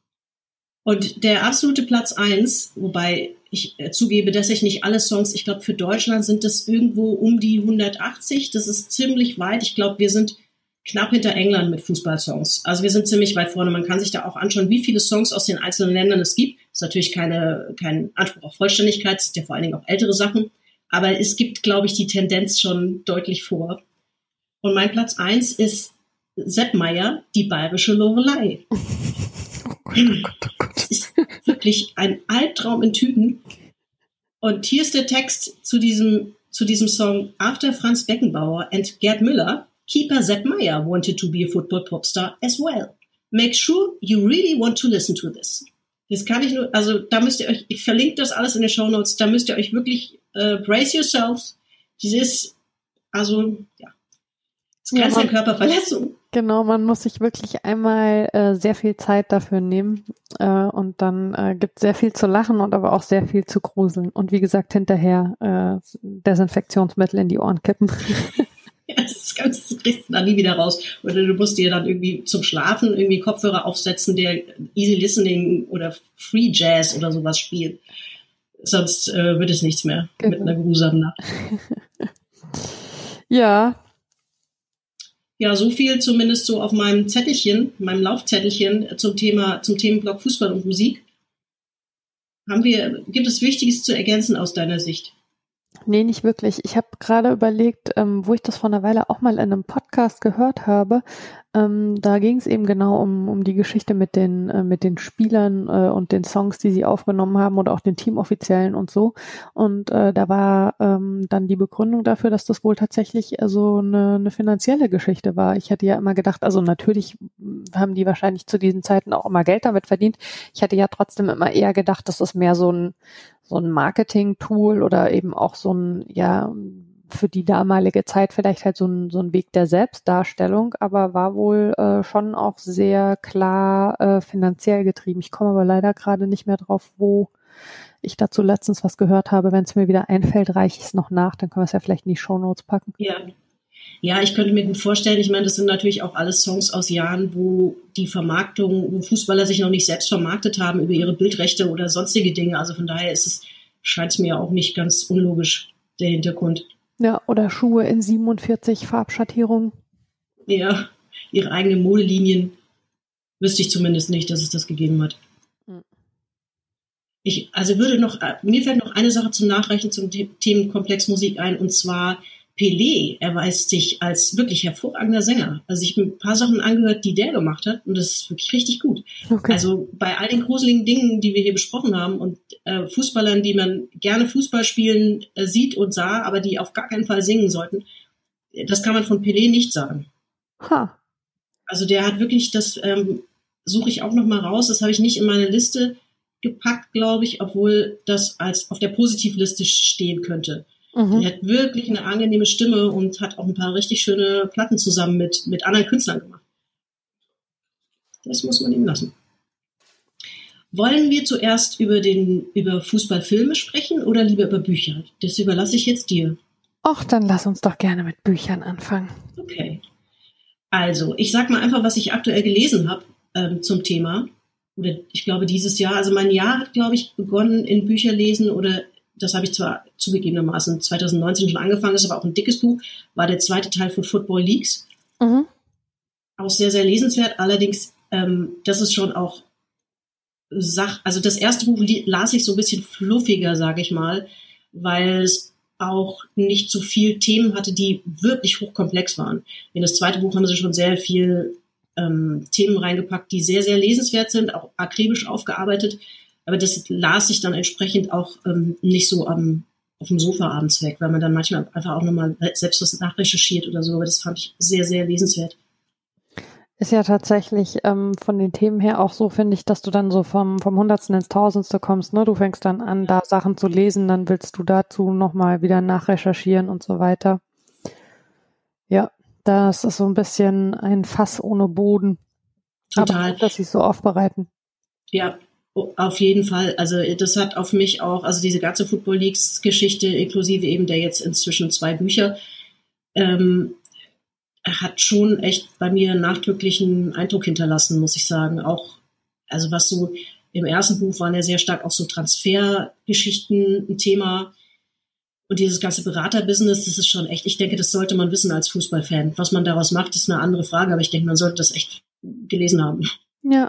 [SPEAKER 4] Und der absolute Platz eins, wobei ich äh, zugebe, dass ich nicht alle Songs, ich glaube für Deutschland sind das irgendwo um die hundertachtzig, das ist ziemlich weit. Ich glaube, wir sind knapp hinter England mit Fußballsongs. Also wir sind ziemlich weit vorne. Man kann sich da auch anschauen, wie viele Songs aus den einzelnen Ländern es gibt. Das ist natürlich keine, kein Anspruch auf Vollständigkeit, es sind ja vor allen Dingen auch ältere Sachen. Aber es gibt, glaube ich, die Tendenz schon deutlich vor. Und mein Platz eins ist Sepp Maier, die bayerische Lorelei.
[SPEAKER 5] Oh Gott, oh Gott, oh Gott.
[SPEAKER 4] Das ist wirklich ein Albtraum in Tüten. Und hier ist der Text zu diesem, zu diesem Song. After Franz Beckenbauer and Gerd Müller, keeper Sepp Maier wanted to be a football popstar as well. Make sure you really want to listen to this. Das kann ich nur, also da müsst ihr euch, ich verlinke das alles in den Shownotes, da müsst ihr euch wirklich äh, brace yourselves. Dieses, also, ja, das ist ganz
[SPEAKER 5] ja,
[SPEAKER 4] eine Körperverletzung.
[SPEAKER 5] Genau, man muss sich wirklich einmal äh, sehr viel Zeit dafür nehmen äh, und dann äh, gibt es sehr viel zu lachen und aber auch sehr viel zu gruseln. Und wie gesagt, hinterher äh, Desinfektionsmittel in die Ohren kippen.
[SPEAKER 4] Ja, das ist ganz, das kriegst du dann nie wieder raus. Oder du musst dir dann irgendwie zum Schlafen irgendwie Kopfhörer aufsetzen, der Easy Listening oder Free Jazz oder sowas spielt. Sonst äh, wird es nichts mehr genau. Mit einer grusamen Nacht.
[SPEAKER 5] Ja.
[SPEAKER 4] Ja, so viel zumindest so auf meinem Zettelchen, meinem Laufzettelchen zum Thema, zum Themenblock Fußball und Musik. Haben wir, gibt es Wichtiges zu ergänzen aus deiner Sicht?
[SPEAKER 5] Nee, nicht wirklich. Ich habe gerade überlegt, ähm, wo ich das vor einer Weile auch mal in einem Podcast gehört habe. Ähm, da ging es eben genau um, um die Geschichte mit den, äh, mit den Spielern äh, und den Songs, die sie aufgenommen haben oder auch den Teamoffiziellen und so. Und äh, da war ähm, dann die Begründung dafür, dass das wohl tatsächlich äh, so eine, eine finanzielle Geschichte war. Ich hatte ja immer gedacht, also natürlich haben die wahrscheinlich zu diesen Zeiten auch immer Geld damit verdient. Ich hatte ja trotzdem immer eher gedacht, das ist mehr so ein so ein Marketing-Tool oder eben auch so ein, ja, für die damalige Zeit vielleicht halt so ein, so ein Weg der Selbstdarstellung, aber war wohl äh, schon auch sehr klar äh, finanziell getrieben. Ich komme aber leider gerade nicht mehr drauf, wo ich dazu letztens was gehört habe. Wenn es mir wieder einfällt, reiche ich es noch nach, dann können wir es ja vielleicht in die Shownotes packen.
[SPEAKER 4] Ja. Ja, ich könnte mir gut vorstellen, ich meine, das sind natürlich auch alles Songs aus Jahren, wo die Vermarktung, wo Fußballer sich noch nicht selbst vermarktet haben über ihre Bildrechte oder sonstige Dinge. Also von daher ist es, scheint es mir auch nicht ganz unlogisch, der Hintergrund.
[SPEAKER 5] Ja, oder Schuhe in siebenundvierzig Farbschattierungen.
[SPEAKER 4] Ja, ihre eigenen Modelinien wüsste ich zumindest nicht, dass es das gegeben hat. Hm. Ich, also würde noch, mir fällt noch eine Sache zum Nachreichen zum Themenkomplex Musik ein, und zwar Pelé erweist sich als wirklich hervorragender Sänger. Also ich habe ein paar Sachen angehört, die der gemacht hat, und das ist wirklich richtig gut. Okay. Also bei all den gruseligen Dingen, die wir hier besprochen haben, und äh, Fußballern, die man gerne Fußball spielen äh, sieht und sah, aber die auf gar keinen Fall singen sollten, das kann man von Pelé nicht sagen.
[SPEAKER 5] Ha.
[SPEAKER 4] Also der hat wirklich, das ähm, suche ich auch noch mal raus, das habe ich nicht in meine Liste gepackt, glaube ich, obwohl das als auf der Positivliste stehen könnte. Mhm. Er hat wirklich eine angenehme Stimme und hat auch ein paar richtig schöne Platten zusammen mit, mit anderen Künstlern gemacht. Das muss man ihm lassen. Wollen wir zuerst über den, über Fußballfilme sprechen oder lieber über Bücher? Das überlasse ich jetzt dir.
[SPEAKER 5] Ach, dann lass uns doch gerne mit Büchern anfangen.
[SPEAKER 4] Okay. Also, ich sag mal einfach, was ich aktuell gelesen habe ähm, zum Thema. Oder ich glaube dieses Jahr, also mein Jahr hat, glaube ich, begonnen in Bücherlesen, oder das habe ich zwar zugegebenermaßen zwanzig neunzehn schon angefangen, ist aber auch ein dickes Buch, war der zweite Teil von Football Leagues. Mhm. Auch sehr, sehr lesenswert. Allerdings, ähm, das ist schon auch Sach, also das erste Buch las ich so ein bisschen fluffiger, sage ich mal, weil es auch nicht so viel Themen hatte, die wirklich hochkomplex waren. In das zweite Buch haben sie schon sehr viel ähm, Themen reingepackt, die sehr, sehr lesenswert sind, auch akribisch aufgearbeitet. Aber das las ich dann entsprechend auch ähm, nicht so am, auf dem Sofa abends weg, weil man dann manchmal einfach auch nochmal selbst was nachrecherchiert oder so. Aber das fand ich sehr, sehr lesenswert.
[SPEAKER 5] Ist ja tatsächlich ähm, von den Themen her auch so, finde ich, dass du dann so vom, vom Hundertsten ins Tausendste kommst, ne? Du fängst dann an, da Sachen zu lesen, dann willst du dazu nochmal wieder nachrecherchieren und so weiter. Ja, das ist so ein bisschen ein Fass ohne Boden.
[SPEAKER 4] Total.
[SPEAKER 5] Aber dass sie es so aufbereiten.
[SPEAKER 4] Ja, auf jeden Fall. Also das hat auf mich auch, also diese ganze Football Leagues Geschichte, inklusive eben der jetzt inzwischen zwei Bücher, ähm, hat schon echt bei mir einen nachdrücklichen Eindruck hinterlassen, muss ich sagen. Auch, also was so im ersten Buch waren ja sehr stark auch so Transfergeschichten ein Thema. Und dieses ganze Beraterbusiness, das ist schon echt, ich denke, das sollte man wissen als Fußballfan. Was man daraus macht, ist eine andere Frage, aber ich denke, man sollte das echt gelesen haben.
[SPEAKER 5] Ja.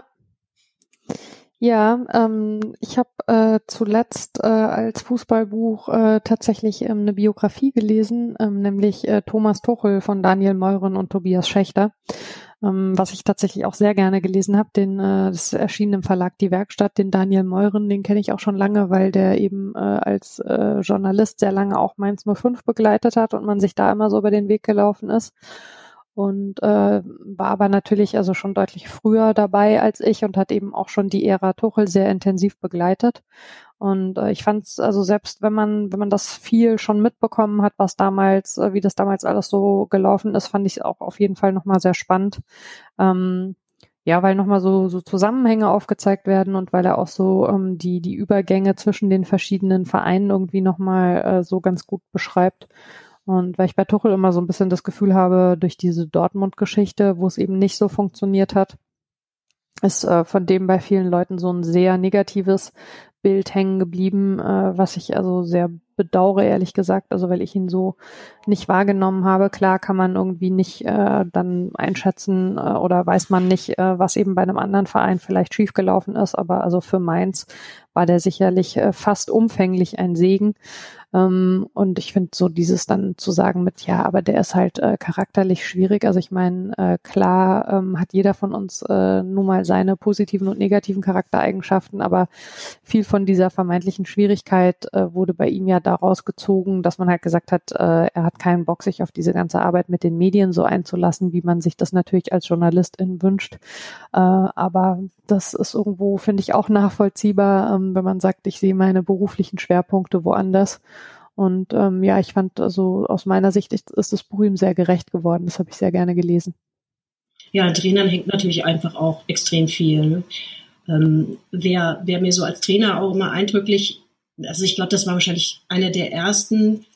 [SPEAKER 5] Ja, ähm, ich habe äh, zuletzt äh, als Fußballbuch äh, tatsächlich ähm, eine Biografie gelesen, ähm, nämlich äh, Thomas Tuchel von Daniel Meuren und Tobias Schächter, ähm, was ich tatsächlich auch sehr gerne gelesen habe. Den, äh, das erschien im Verlag Die Werkstatt. Den Daniel Meuren, den kenne ich auch schon lange, weil der eben äh, als äh, Journalist sehr lange auch Mainz null fünf begleitet hat und man sich da immer so über den Weg gelaufen ist. Und äh, war aber natürlich also schon deutlich früher dabei als ich und hat eben auch schon die Ära Tuchel sehr intensiv begleitet. Und äh, ich fand es, also selbst wenn man wenn man das viel schon mitbekommen hat, was damals, äh, wie das damals alles so gelaufen ist, fand ich es auch auf jeden Fall nochmal sehr spannend. Ähm, ja, weil nochmal so so Zusammenhänge aufgezeigt werden und weil er auch so ähm, die die Übergänge zwischen den verschiedenen Vereinen irgendwie nochmal äh, so ganz gut beschreibt. Und weil ich bei Tuchel immer so ein bisschen das Gefühl habe, durch diese Dortmund-Geschichte, wo es eben nicht so funktioniert hat, ist äh, von dem bei vielen Leuten so ein sehr negatives Bild hängen geblieben, äh, was ich also sehr bedauere, ehrlich gesagt, also weil ich ihn so nicht wahrgenommen habe. Klar kann man irgendwie nicht äh, dann einschätzen äh, oder weiß man nicht, äh, was eben bei einem anderen Verein vielleicht schiefgelaufen ist, aber also für Mainz war der sicherlich äh, fast umfänglich ein Segen. Ähm, und ich finde so dieses dann zu sagen mit, ja, aber der ist halt äh, charakterlich schwierig. Also ich meine, äh, klar ähm, hat jeder von uns äh, nun mal seine positiven und negativen Charaktereigenschaften, aber viel von dieser vermeintlichen Schwierigkeit äh, wurde bei ihm ja daraus gezogen, dass man halt gesagt hat, äh, er hat keinen Bock, sich auf diese ganze Arbeit mit den Medien so einzulassen, wie man sich das natürlich als Journalistin wünscht. Äh, aber das ist irgendwo, finde ich, auch nachvollziehbar, ähm, wenn man sagt, ich sehe meine beruflichen Schwerpunkte woanders. Und ähm, ja, ich fand also aus meiner Sicht ist, ist das Buch ihm sehr gerecht geworden. Das habe ich sehr gerne gelesen.
[SPEAKER 4] Ja, an Trainern hängt natürlich einfach auch extrem viel. Ne? Ähm, wer, wer mir so als Trainer auch immer eindrücklich, also ich glaube, das war wahrscheinlich einer der ersten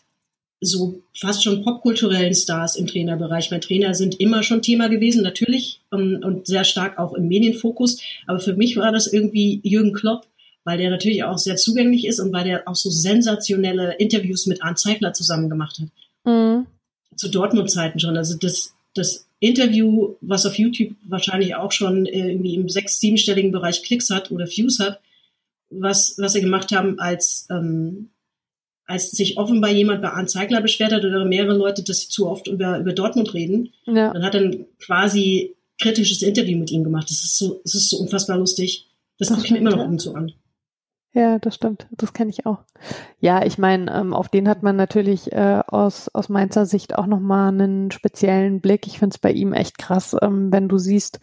[SPEAKER 4] so fast schon popkulturellen Stars im Trainerbereich. Weil Trainer sind immer schon Thema gewesen, natürlich, und, und sehr stark auch im Medienfokus. Aber für mich war das irgendwie Jürgen Klopp, weil der natürlich auch sehr zugänglich ist und weil der auch so sensationelle Interviews mit Arndt Zeigler zusammen gemacht hat. Mhm. Zu Dortmund-Zeiten schon. Also das, das Interview, was auf YouTube wahrscheinlich auch schon irgendwie im sechs-, siebenstelligen Bereich Klicks hat oder Views hat, was, was sie gemacht haben, als, ähm, als sich offenbar jemand bei Arndt Zeigler beschwert hat oder mehrere Leute, dass sie zu oft über, über Dortmund reden. Ja. Dann hat er ein quasi kritisches Interview mit ihm gemacht. Das ist so, das ist so unfassbar lustig. Das gucke ich mir immer noch ab und zu an.
[SPEAKER 5] Ja, das stimmt. Das kenne ich auch. Ja, ich meine, ähm, auf den hat man natürlich äh, aus aus Mainzer Sicht auch nochmal einen speziellen Blick. Ich finde es bei ihm echt krass, ähm, wenn du siehst,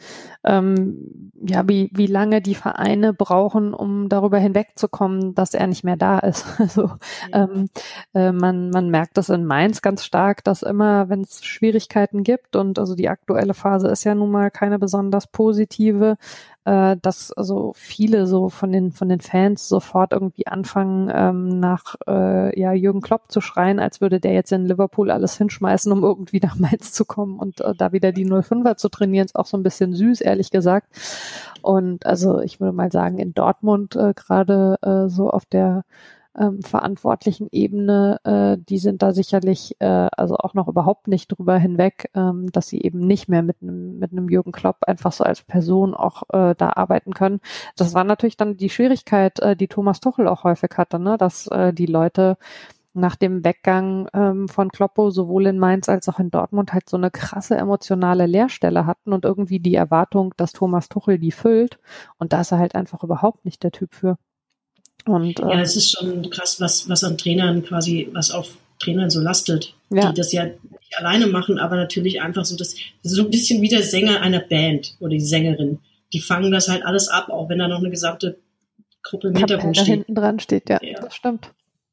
[SPEAKER 5] ähm, ja, wie wie lange die Vereine brauchen, um darüber hinwegzukommen, dass er nicht mehr da ist. Also ja. ähm, äh, man man merkt das in Mainz ganz stark, dass immer, wenn es Schwierigkeiten gibt, und also die aktuelle Phase ist ja nun mal keine besonders positive, äh, dass also viele so von den von den Fans sofort irgendwie anfangen, ähm, nach äh, ja Jürgen Klopp zu schreien, als würde der jetzt in Liverpool alles hinschmeißen, um irgendwie nach Mainz zu kommen und äh, da wieder die null fünfer zu trainieren, ist auch so ein bisschen süß, ehrlich gesagt. Und also ich würde mal sagen, in Dortmund äh, gerade äh, so auf der ähm, verantwortlichen Ebene, äh, die sind da sicherlich äh, also auch noch überhaupt nicht drüber hinweg, ähm, dass sie eben nicht mehr mit einem mit einem Jürgen Klopp einfach so als Person auch äh, da arbeiten können. Das war natürlich dann die Schwierigkeit, äh, die Thomas Tuchel auch häufig hatte, ne, dass äh, die Leute nach dem Weggang ähm, von Kloppo sowohl in Mainz als auch in Dortmund halt so eine krasse emotionale Leerstelle hatten und irgendwie die Erwartung, dass Thomas Tuchel die füllt. Und da ist er halt einfach überhaupt nicht der Typ für. Und,
[SPEAKER 4] ja,
[SPEAKER 5] ähm,
[SPEAKER 4] es ist schon krass, was, was an Trainern quasi, was auf Trainern so lastet,
[SPEAKER 5] ja.
[SPEAKER 4] die das ja nicht alleine machen, aber natürlich einfach so, das, das ist so ein bisschen wie der Sänger einer Band oder die Sängerin. Die fangen das halt alles ab, auch wenn da noch eine gesamte Gruppe im Hintergrund steht.
[SPEAKER 5] Da hinten dran steht, ja, ja, das stimmt.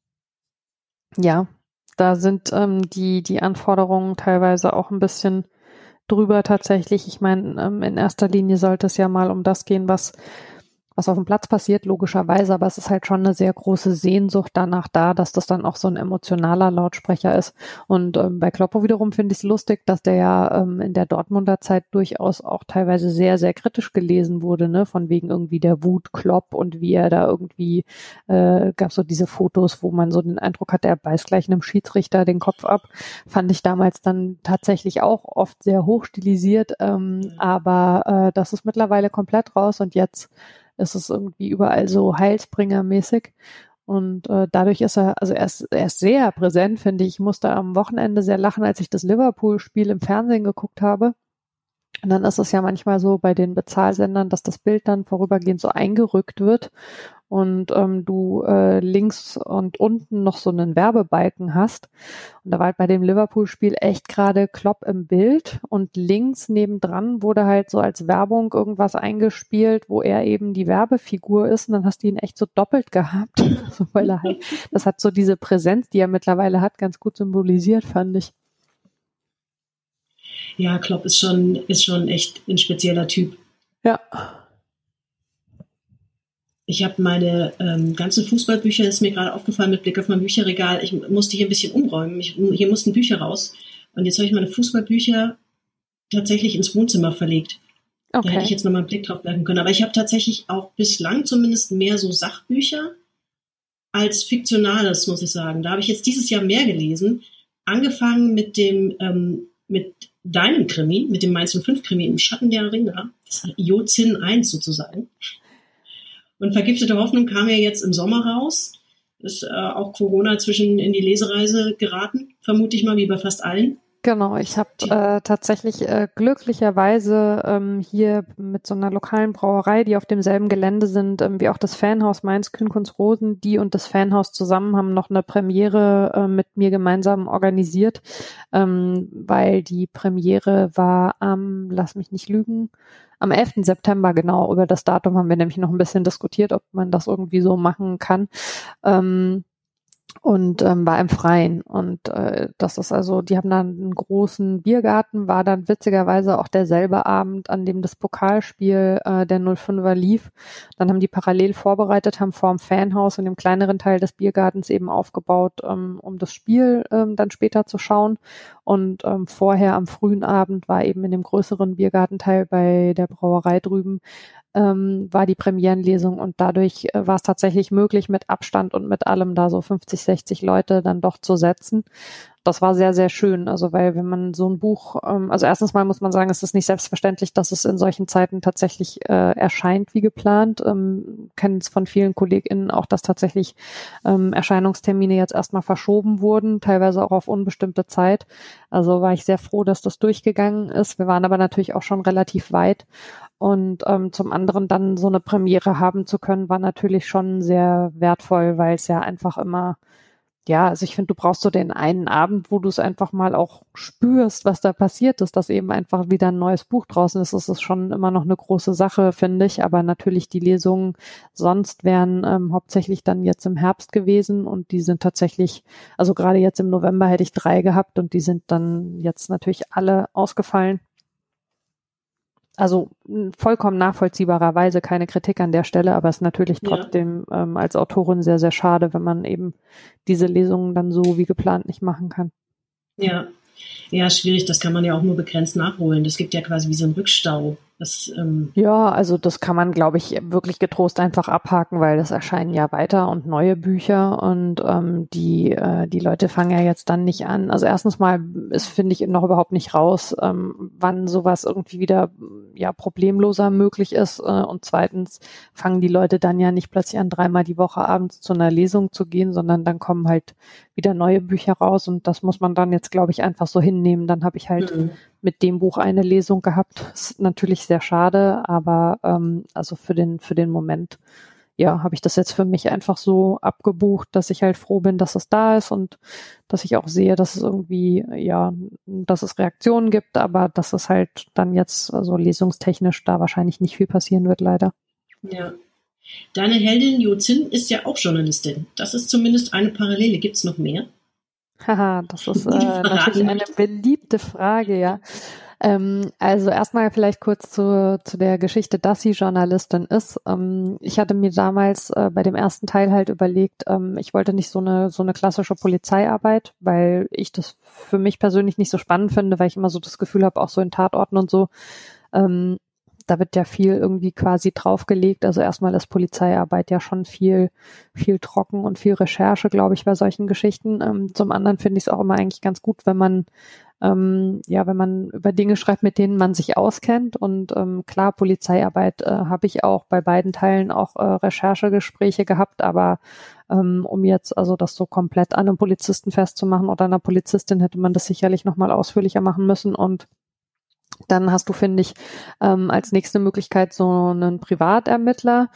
[SPEAKER 5] Ja, da sind ähm, die die Anforderungen teilweise auch ein bisschen drüber tatsächlich. Ich meine, ähm, in erster Linie sollte es ja mal um das gehen, was was auf dem Platz passiert, logischerweise, aber es ist halt schon eine sehr große Sehnsucht danach da, dass das dann auch so ein emotionaler Lautsprecher ist. Und ähm, bei Kloppo wiederum finde ich es lustig, dass der ja ähm, in der Dortmunder Zeit durchaus auch teilweise sehr, sehr kritisch gelesen wurde, ne, von wegen irgendwie der Wut Klopp und wie er da irgendwie, äh, gab so diese Fotos, wo man so den Eindruck hat, er beißt gleich einem Schiedsrichter den Kopf ab. Fand ich damals dann tatsächlich auch oft sehr hoch stilisiert, ähm, aber äh, das ist mittlerweile komplett raus und jetzt ist es irgendwie überall so Heilsbringermäßig und äh, dadurch ist er, also er ist, er ist sehr präsent, finde ich. Ich musste am Wochenende sehr lachen, als ich das Liverpool-Spiel im Fernsehen geguckt habe. Und dann ist es ja manchmal so bei den Bezahlsendern, dass das Bild dann vorübergehend so eingerückt wird und ähm, du äh, links und unten noch so einen Werbebalken hast. Und da war halt bei dem Liverpool-Spiel echt gerade Klopp im Bild und links nebendran wurde halt so als Werbung irgendwas eingespielt, wo er eben die Werbefigur ist und dann hast du ihn echt so doppelt gehabt. Also, weil er halt, das hat so diese Präsenz, die er mittlerweile hat, ganz gut symbolisiert, fand ich.
[SPEAKER 4] Ja, Klopp ist schon, ist schon echt ein spezieller Typ.
[SPEAKER 5] Ja.
[SPEAKER 4] Ich habe meine ähm, ganzen Fußballbücher, das ist mir gerade aufgefallen mit Blick auf mein Bücherregal, ich musste hier ein bisschen umräumen. Ich, hier mussten Bücher raus. Und jetzt habe ich meine Fußballbücher tatsächlich ins Wohnzimmer verlegt. Okay. Da hätte ich jetzt nochmal einen Blick drauf werfen können. Aber ich habe tatsächlich auch bislang zumindest mehr so Sachbücher als Fiktionales, muss ich sagen. Da habe ich jetzt dieses Jahr mehr gelesen. Angefangen mit dem, ähm, mit deinem Krimi, mit dem Mainz null fünf Krimi im Schatten der Ringer. Das ist Iozin eins sozusagen. Und Vergiftete Hoffnung kam ja jetzt im Sommer raus. Ist äh, auch Corona zwischen in die Lesereise geraten, vermute ich mal, wie bei fast allen.
[SPEAKER 5] Genau, ich habe äh, tatsächlich äh, glücklicherweise ähm, hier mit so einer lokalen Brauerei, die auf demselben Gelände sind, ähm, wie auch das Fanhaus Mainz Kühn-Kunz-Rosen, die und das Fanhaus zusammen haben noch eine Premiere äh, mit mir gemeinsam organisiert, ähm, weil die Premiere war am, lass mich nicht lügen, am elften September, genau, über das Datum haben wir nämlich noch ein bisschen diskutiert, ob man das irgendwie so machen kann. Ähm, und ähm, war im Freien und äh, das ist also, die haben dann einen großen Biergarten, war dann witzigerweise auch derselbe Abend, an dem das Pokalspiel äh, der null fünfer lief. Dann haben die parallel vorbereitet, haben vor dem Fanhaus in dem kleineren Teil des Biergartens eben aufgebaut, ähm, um das Spiel ähm, dann später zu schauen und ähm, vorher am frühen Abend war eben in dem größeren Biergartenteil bei der Brauerei drüben Ähm, war die Premierenlesung und dadurch äh, war es tatsächlich möglich, mit Abstand und mit allem da so fünfzig, sechzig Leute dann doch zu setzen. Das war sehr, sehr schön. Also weil wenn man so ein Buch, ähm, also erstens mal muss man sagen, es ist nicht selbstverständlich, dass es in solchen Zeiten tatsächlich äh, erscheint wie geplant. Ähm, kennen es von vielen KollegInnen auch, dass tatsächlich ähm, Erscheinungstermine jetzt erstmal verschoben wurden, teilweise auch auf unbestimmte Zeit. Also war ich sehr froh, dass das durchgegangen ist. Wir waren aber natürlich auch schon relativ weit. Und ähm, zum anderen dann so eine Premiere haben zu können, war natürlich schon sehr wertvoll, weil es ja einfach immer, ja, also ich finde, du brauchst so den einen Abend, wo du es einfach mal auch spürst, was da passiert ist, dass eben einfach wieder ein neues Buch draußen ist. Das ist schon immer noch eine große Sache, finde ich. Aber natürlich die Lesungen sonst wären ähm, hauptsächlich dann jetzt im Herbst gewesen und die sind tatsächlich, also gerade jetzt im November hätte ich drei gehabt und die sind dann jetzt natürlich alle ausgefallen. Also vollkommen nachvollziehbarerweise keine Kritik an der Stelle, aber es ist natürlich trotzdem ja. ähm, als Autorin sehr, sehr schade, wenn man eben diese Lesungen dann so wie geplant nicht machen kann.
[SPEAKER 4] Ja, ja, schwierig, das kann man ja auch nur begrenzt nachholen. Das gibt ja quasi wie so einen Rückstau Das, ähm
[SPEAKER 5] ja, also das kann man, glaube ich, wirklich getrost einfach abhaken, weil das erscheinen ja weiter und neue Bücher und ähm, die äh, die Leute fangen ja jetzt dann nicht an. Also erstens mal ist, finde ich, noch überhaupt nicht raus, ähm, wann sowas irgendwie wieder ja problemloser möglich ist äh, und zweitens fangen die Leute dann ja nicht plötzlich an, dreimal die Woche abends zu einer Lesung zu gehen, sondern dann kommen halt wieder neue Bücher raus und das muss man dann jetzt, glaube ich, einfach so hinnehmen. Dann habe ich halt mhm. mit dem Buch eine Lesung gehabt. Ist natürlich sehr schade, aber ähm, also für den für den Moment, ja, habe ich das jetzt für mich einfach so abgebucht, dass ich halt froh bin, dass es da ist und dass ich auch sehe, dass es irgendwie, ja, dass es Reaktionen gibt, aber dass es halt dann jetzt also lesungstechnisch da wahrscheinlich nicht viel passieren wird, leider.
[SPEAKER 4] Ja. Deine Heldin Jo Zinn ist ja auch Journalistin. Das ist zumindest eine Parallele. Gibt es noch mehr?
[SPEAKER 5] Haha, das ist äh, natürlich eine beliebte Frage, ja. Ähm, also erstmal vielleicht kurz zu, zu der Geschichte, dass sie Journalistin ist. Ähm, ich hatte mir damals äh, bei dem ersten Teil halt überlegt, ähm, ich wollte nicht so eine so eine klassische Polizeiarbeit, weil ich das für mich persönlich nicht so spannend finde, weil ich immer so das Gefühl habe, auch so in Tatorten und so, ähm, da wird ja viel irgendwie quasi draufgelegt. Also erstmal ist Polizeiarbeit ja schon viel, viel trocken und viel Recherche, glaube ich, bei solchen Geschichten. Ähm, zum anderen finde ich es auch immer eigentlich ganz gut, wenn man, ähm, ja, wenn man über Dinge schreibt, mit denen man sich auskennt. Und ähm, klar, Polizeiarbeit äh, habe ich auch bei beiden Teilen auch äh, Recherchegespräche gehabt, aber ähm, um jetzt also das so komplett an einem Polizisten festzumachen oder einer Polizistin, hätte man das sicherlich nochmal ausführlicher machen müssen und dann hast du, finde ich, ähm, als nächste Möglichkeit so einen Privatermittler,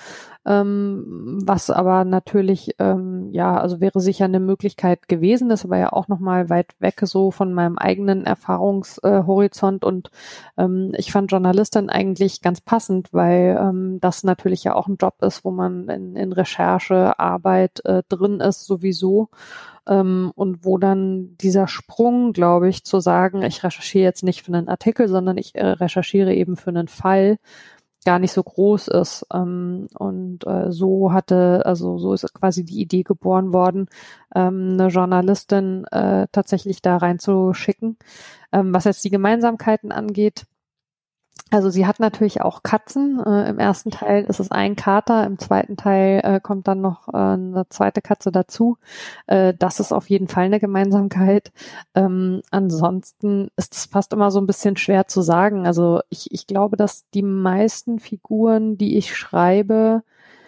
[SPEAKER 5] ähm, was aber natürlich, ähm, ja, also wäre sicher eine Möglichkeit gewesen, ist aber ja auch nochmal weit weg so von meinem eigenen Erfahrungshorizont äh, und ähm, ich fand Journalistin eigentlich ganz passend, weil ähm, das natürlich ja auch ein Job ist, wo man in, in Recherche, Arbeit äh, drin ist sowieso. Um, und wo dann dieser Sprung, glaube ich, zu sagen, ich recherchiere jetzt nicht für einen Artikel, sondern ich äh, recherchiere eben für einen Fall, gar nicht so groß ist. Um, und äh, so hatte, also so ist quasi die Idee geboren worden, ähm, eine Journalistin äh, tatsächlich da reinzuschicken. Ähm, was jetzt die Gemeinsamkeiten angeht, also sie hat natürlich auch Katzen. Äh, im ersten Teil ist es ein Kater, im zweiten Teil äh, kommt dann noch äh, eine zweite Katze dazu. Äh, das ist auf jeden Fall eine Gemeinsamkeit. Ähm, ansonsten ist es fast immer so ein bisschen schwer zu sagen. Also ich, ich glaube, dass die meisten Figuren, die ich schreibe,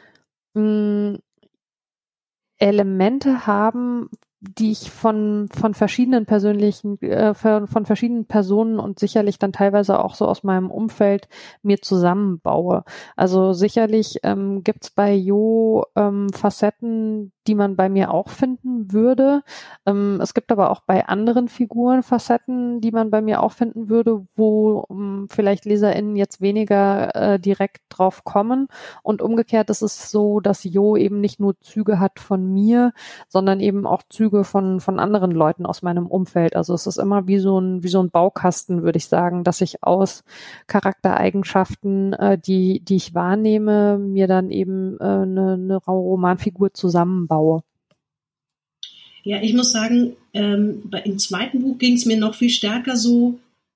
[SPEAKER 5] mh, Elemente haben, die ich von von verschiedenen persönlichen, äh, von, von verschiedenen Personen und sicherlich dann teilweise auch so aus meinem Umfeld mir zusammenbaue. Also sicherlich ähm, gibt's bei Jo ähm, Facetten, die man bei mir auch finden würde. Ähm, es gibt aber auch bei anderen Figuren Facetten, die man bei mir auch finden würde, wo ähm, vielleicht LeserInnen jetzt weniger äh, direkt drauf kommen. Und umgekehrt ist es so, dass Jo eben nicht nur Züge hat von mir, sondern eben auch Züge von von anderen Leuten aus meinem Umfeld. Also es ist immer wie so ein wie so ein Baukasten, würde ich sagen, dass ich aus Charaktereigenschaften, äh, die die ich wahrnehme, mir dann eben äh, eine, eine Romanfigur zusammenbaue.
[SPEAKER 4] Ja, ich muss sagen, ähm, bei, im zweiten Buch ging es mir noch viel stärker so,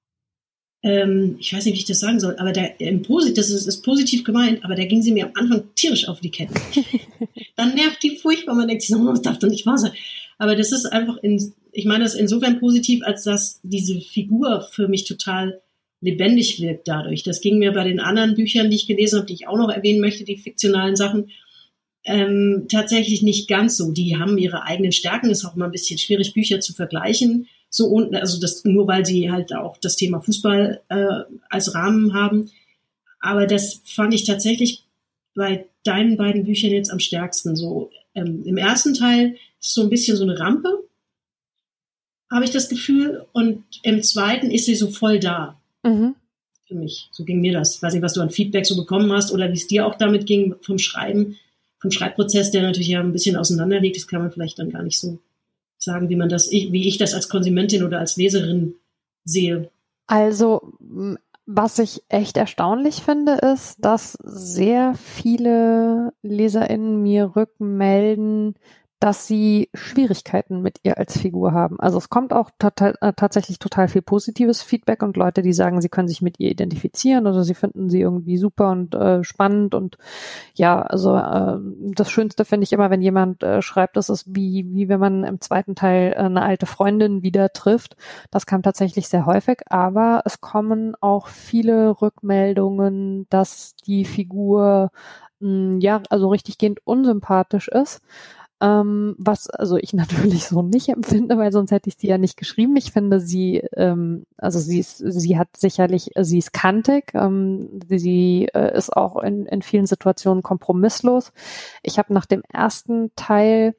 [SPEAKER 4] ähm, ich weiß nicht, wie ich das sagen soll, aber der, im Posit- das ist, ist positiv gemeint, aber da ging sie mir am Anfang tierisch auf die Ketten. Dann nervt die furchtbar, man denkt sich, oh, das darf doch nicht wahr sein. Aber das ist einfach, in, ich meine das insofern positiv, als dass diese Figur für mich total lebendig wirkt dadurch. Das ging mir bei den anderen Büchern, die ich gelesen habe, die ich auch noch erwähnen möchte, die fiktionalen Sachen, ähm, tatsächlich nicht ganz so. Die haben ihre eigenen Stärken, ist auch immer ein bisschen schwierig, Bücher zu vergleichen. So unten, also das nur, weil sie halt auch das Thema Fußball äh, als Rahmen haben. Aber das fand ich tatsächlich bei deinen beiden Büchern jetzt am stärksten. So ähm, im ersten Teil ist so ein bisschen so eine Rampe, habe ich das Gefühl, und im zweiten ist sie so voll da. Mhm. Für mich. So ging mir das. Ich weiß nicht, was du an Feedback so bekommen hast oder wie es dir auch damit ging vom Schreiben, vom Schreibprozess, der natürlich ja ein bisschen auseinander liegt. Das kann man vielleicht dann gar nicht so sagen, wie man das, wie ich das als Konsumentin oder als Leserin sehe.
[SPEAKER 5] Also, was ich echt erstaunlich finde, ist, dass sehr viele LeserInnen mir rückmelden, dass sie Schwierigkeiten mit ihr als Figur haben. Also es kommt auch total, äh, tatsächlich total viel positives Feedback und Leute, die sagen, sie können sich mit ihr identifizieren oder sie finden sie irgendwie super und äh, spannend und ja, also äh, das Schönste finde ich immer, wenn jemand äh, schreibt, das ist wie, wie wenn man im zweiten Teil äh, eine alte Freundin wieder trifft. Das kam tatsächlich sehr häufig, aber es kommen auch viele Rückmeldungen, dass die Figur mh, ja, also richtiggehend unsympathisch ist. Ähm, was also ich natürlich so nicht empfinde, weil sonst hätte ich sie ja nicht geschrieben. Ich finde sie, ähm, also sie ist, sie hat sicherlich, sie ist kantig, ähm, sie äh, ist auch in, in vielen Situationen kompromisslos. Ich habe nach dem ersten Teil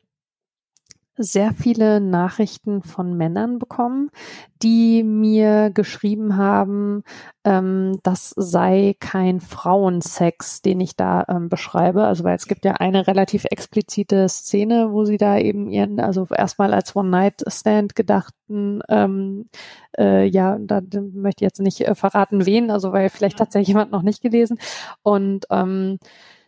[SPEAKER 5] sehr viele Nachrichten von Männern bekommen, die mir geschrieben haben, ähm, das sei kein Frauensex, den ich da ähm, beschreibe. Also weil es gibt ja eine relativ explizite Szene, wo sie da eben ihren, also erstmal als One-Night-Stand gedachten, ähm, äh, ja, da möchte ich jetzt nicht äh, verraten, wen, also weil vielleicht hat es ja jemand noch nicht gelesen. Und ähm,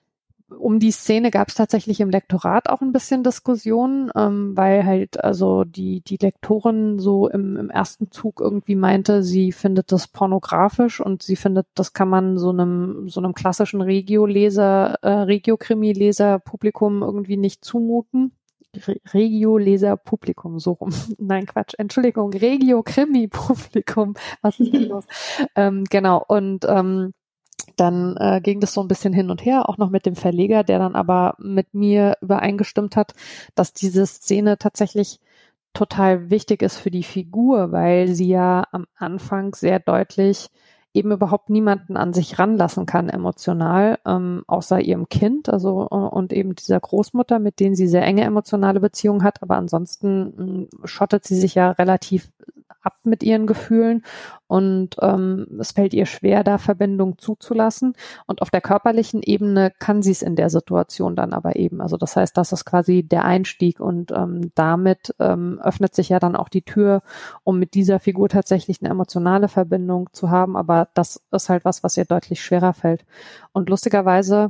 [SPEAKER 5] um die Szene gab es tatsächlich im Lektorat auch ein bisschen Diskussion, ähm, weil halt also die die Lektorin so im, im ersten Zug irgendwie meinte, sie findet das pornografisch und sie findet, das kann man so einem so einem klassischen Regio-Leser, äh, Regio-Krimi-Leser-Publikum irgendwie nicht zumuten. Re- Regio-Leser-Publikum, so rum. Nein, Quatsch, Entschuldigung, Regio-Krimi-Publikum. Was ist denn los? ähm, genau, und ähm, dann äh, ging das so ein bisschen hin und her, auch noch mit dem Verleger, der dann aber mit mir übereingestimmt hat, dass diese Szene tatsächlich total wichtig ist für die Figur, weil sie ja am Anfang sehr deutlich eben überhaupt niemanden an sich ranlassen kann emotional, ähm, außer ihrem Kind, also und eben dieser Großmutter, mit denen sie sehr enge emotionale Beziehungen hat, aber ansonsten mh, schottet sie sich ja relativ ab mit ihren Gefühlen und ähm, es fällt ihr schwer, da Verbindung zuzulassen und auf der körperlichen Ebene kann sie es in der Situation dann aber eben, also das heißt, das ist quasi der Einstieg und ähm, damit ähm, öffnet sich ja dann auch die Tür, um mit dieser Figur tatsächlich eine emotionale Verbindung zu haben, aber das ist halt was, was ihr deutlich schwerer fällt und lustigerweise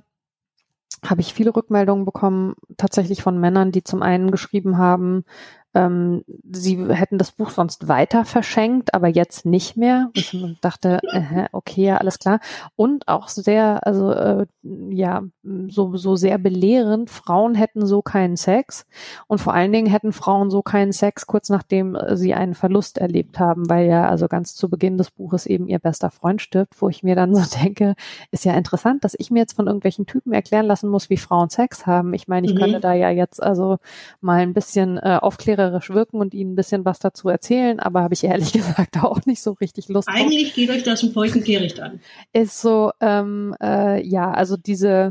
[SPEAKER 5] habe ich viele Rückmeldungen bekommen, tatsächlich von Männern, die zum einen geschrieben haben, ähm, sie hätten das Buch sonst weiter verschenkt, aber jetzt nicht mehr. Ich dachte, äh, okay, ja, alles klar. Und auch sehr, also äh, ja, so so sehr belehrend, Frauen hätten so keinen Sex und vor allen Dingen hätten Frauen so keinen Sex, kurz nachdem sie einen Verlust erlebt haben, weil ja also ganz zu Beginn des Buches eben ihr bester Freund stirbt, wo ich mir dann so denke, ist ja interessant, dass ich mir jetzt von irgendwelchen Typen erklären lassen muss, wie Frauen Sex haben. Ich meine, ich mhm. könnte da ja jetzt also mal ein bisschen äh, aufklärerisch wirken und ihnen ein bisschen was dazu erzählen, aber habe ich ehrlich gesagt auch nicht so richtig Lust drauf.
[SPEAKER 4] Eigentlich geht euch das im feuchten Kehricht an.
[SPEAKER 5] Ist so, ähm, äh, ja, also diese,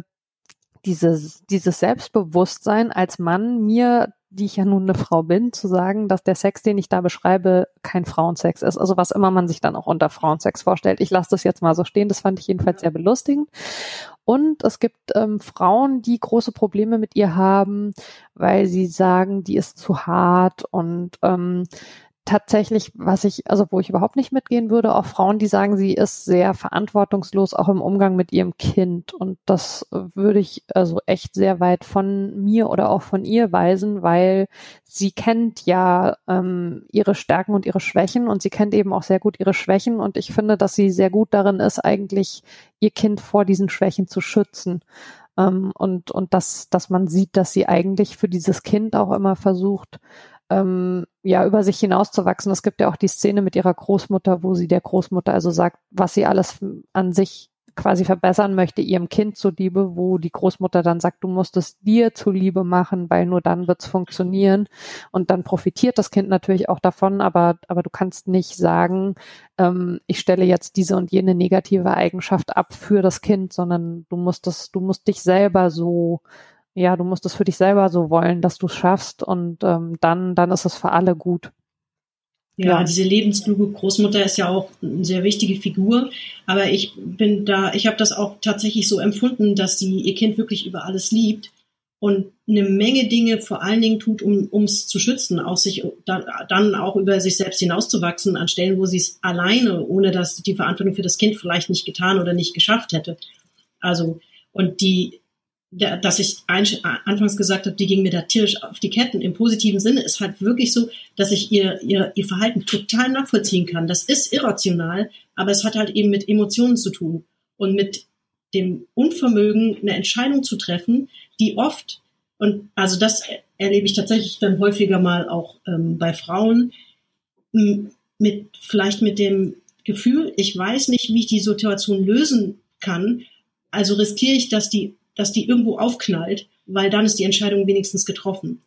[SPEAKER 5] dieses, dieses Selbstbewusstsein als Mann, mir, die ich ja nun eine Frau bin, zu sagen, dass der Sex, den ich da beschreibe, kein Frauensex ist. Also was immer man sich dann auch unter Frauensex vorstellt. Ich lasse das jetzt mal so stehen. Das fand ich jedenfalls sehr belustigend. Und es gibt ähm, Frauen, die große Probleme mit ihr haben, weil sie sagen, die ist zu hart und ähm, tatsächlich, was ich, also wo ich überhaupt nicht mitgehen würde, auch Frauen, die sagen, sie ist sehr verantwortungslos, auch im Umgang mit ihrem Kind. Und das würde ich also echt sehr weit von mir oder auch von ihr weisen, weil sie kennt ja ähm, ihre Stärken und ihre Schwächen und sie kennt eben auch sehr gut ihre Schwächen. Und ich finde, dass sie sehr gut darin ist, eigentlich ihr Kind vor diesen Schwächen zu schützen. Ähm, und und dass, dass man sieht, dass sie eigentlich für dieses Kind auch immer versucht, Ähm, ja, über sich hinauszuwachsen. Es gibt ja auch die Szene mit ihrer Großmutter, wo sie der Großmutter also sagt, was sie alles an sich quasi verbessern möchte, ihrem Kind zuliebe, wo die Großmutter dann sagt, du musst es dir zuliebe machen, weil nur dann wird's funktionieren. Und dann profitiert das Kind natürlich auch davon, aber, aber du kannst nicht sagen, ähm, ich stelle jetzt diese und jene negative Eigenschaft ab für das Kind, sondern du musst das, du musst dich selber so Ja, du musst es für dich selber so wollen, dass du es schaffst und ähm, dann, dann ist es für alle gut.
[SPEAKER 4] Ja, ja, diese lebenskluge Großmutter ist ja auch eine sehr wichtige Figur, aber ich bin da, ich habe das auch tatsächlich so empfunden, dass sie ihr Kind wirklich über alles liebt und eine Menge Dinge vor allen Dingen tut, um ums zu schützen, auch sich dann, dann auch über sich selbst hinauszuwachsen an Stellen, wo sie es alleine, ohne dass die Verantwortung für das Kind vielleicht nicht getan oder nicht geschafft hätte. Also und die da, dass ich ein, anfangs gesagt habe, die ging mir da tierisch auf die Ketten. Im positiven Sinne ist halt wirklich so, dass ich ihr, ihr, ihr Verhalten total nachvollziehen kann. Das ist irrational, aber es hat halt eben mit Emotionen zu tun und mit dem Unvermögen, eine Entscheidung zu treffen, die oft, und also das erlebe ich tatsächlich dann häufiger mal auch ähm, bei Frauen, m- mit vielleicht mit dem Gefühl, ich weiß nicht, wie ich die Situation lösen kann, also riskiere ich, dass die, dass die irgendwo aufknallt, weil dann ist die Entscheidung wenigstens getroffen.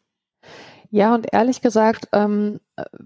[SPEAKER 5] Ja, und ehrlich gesagt, ähm,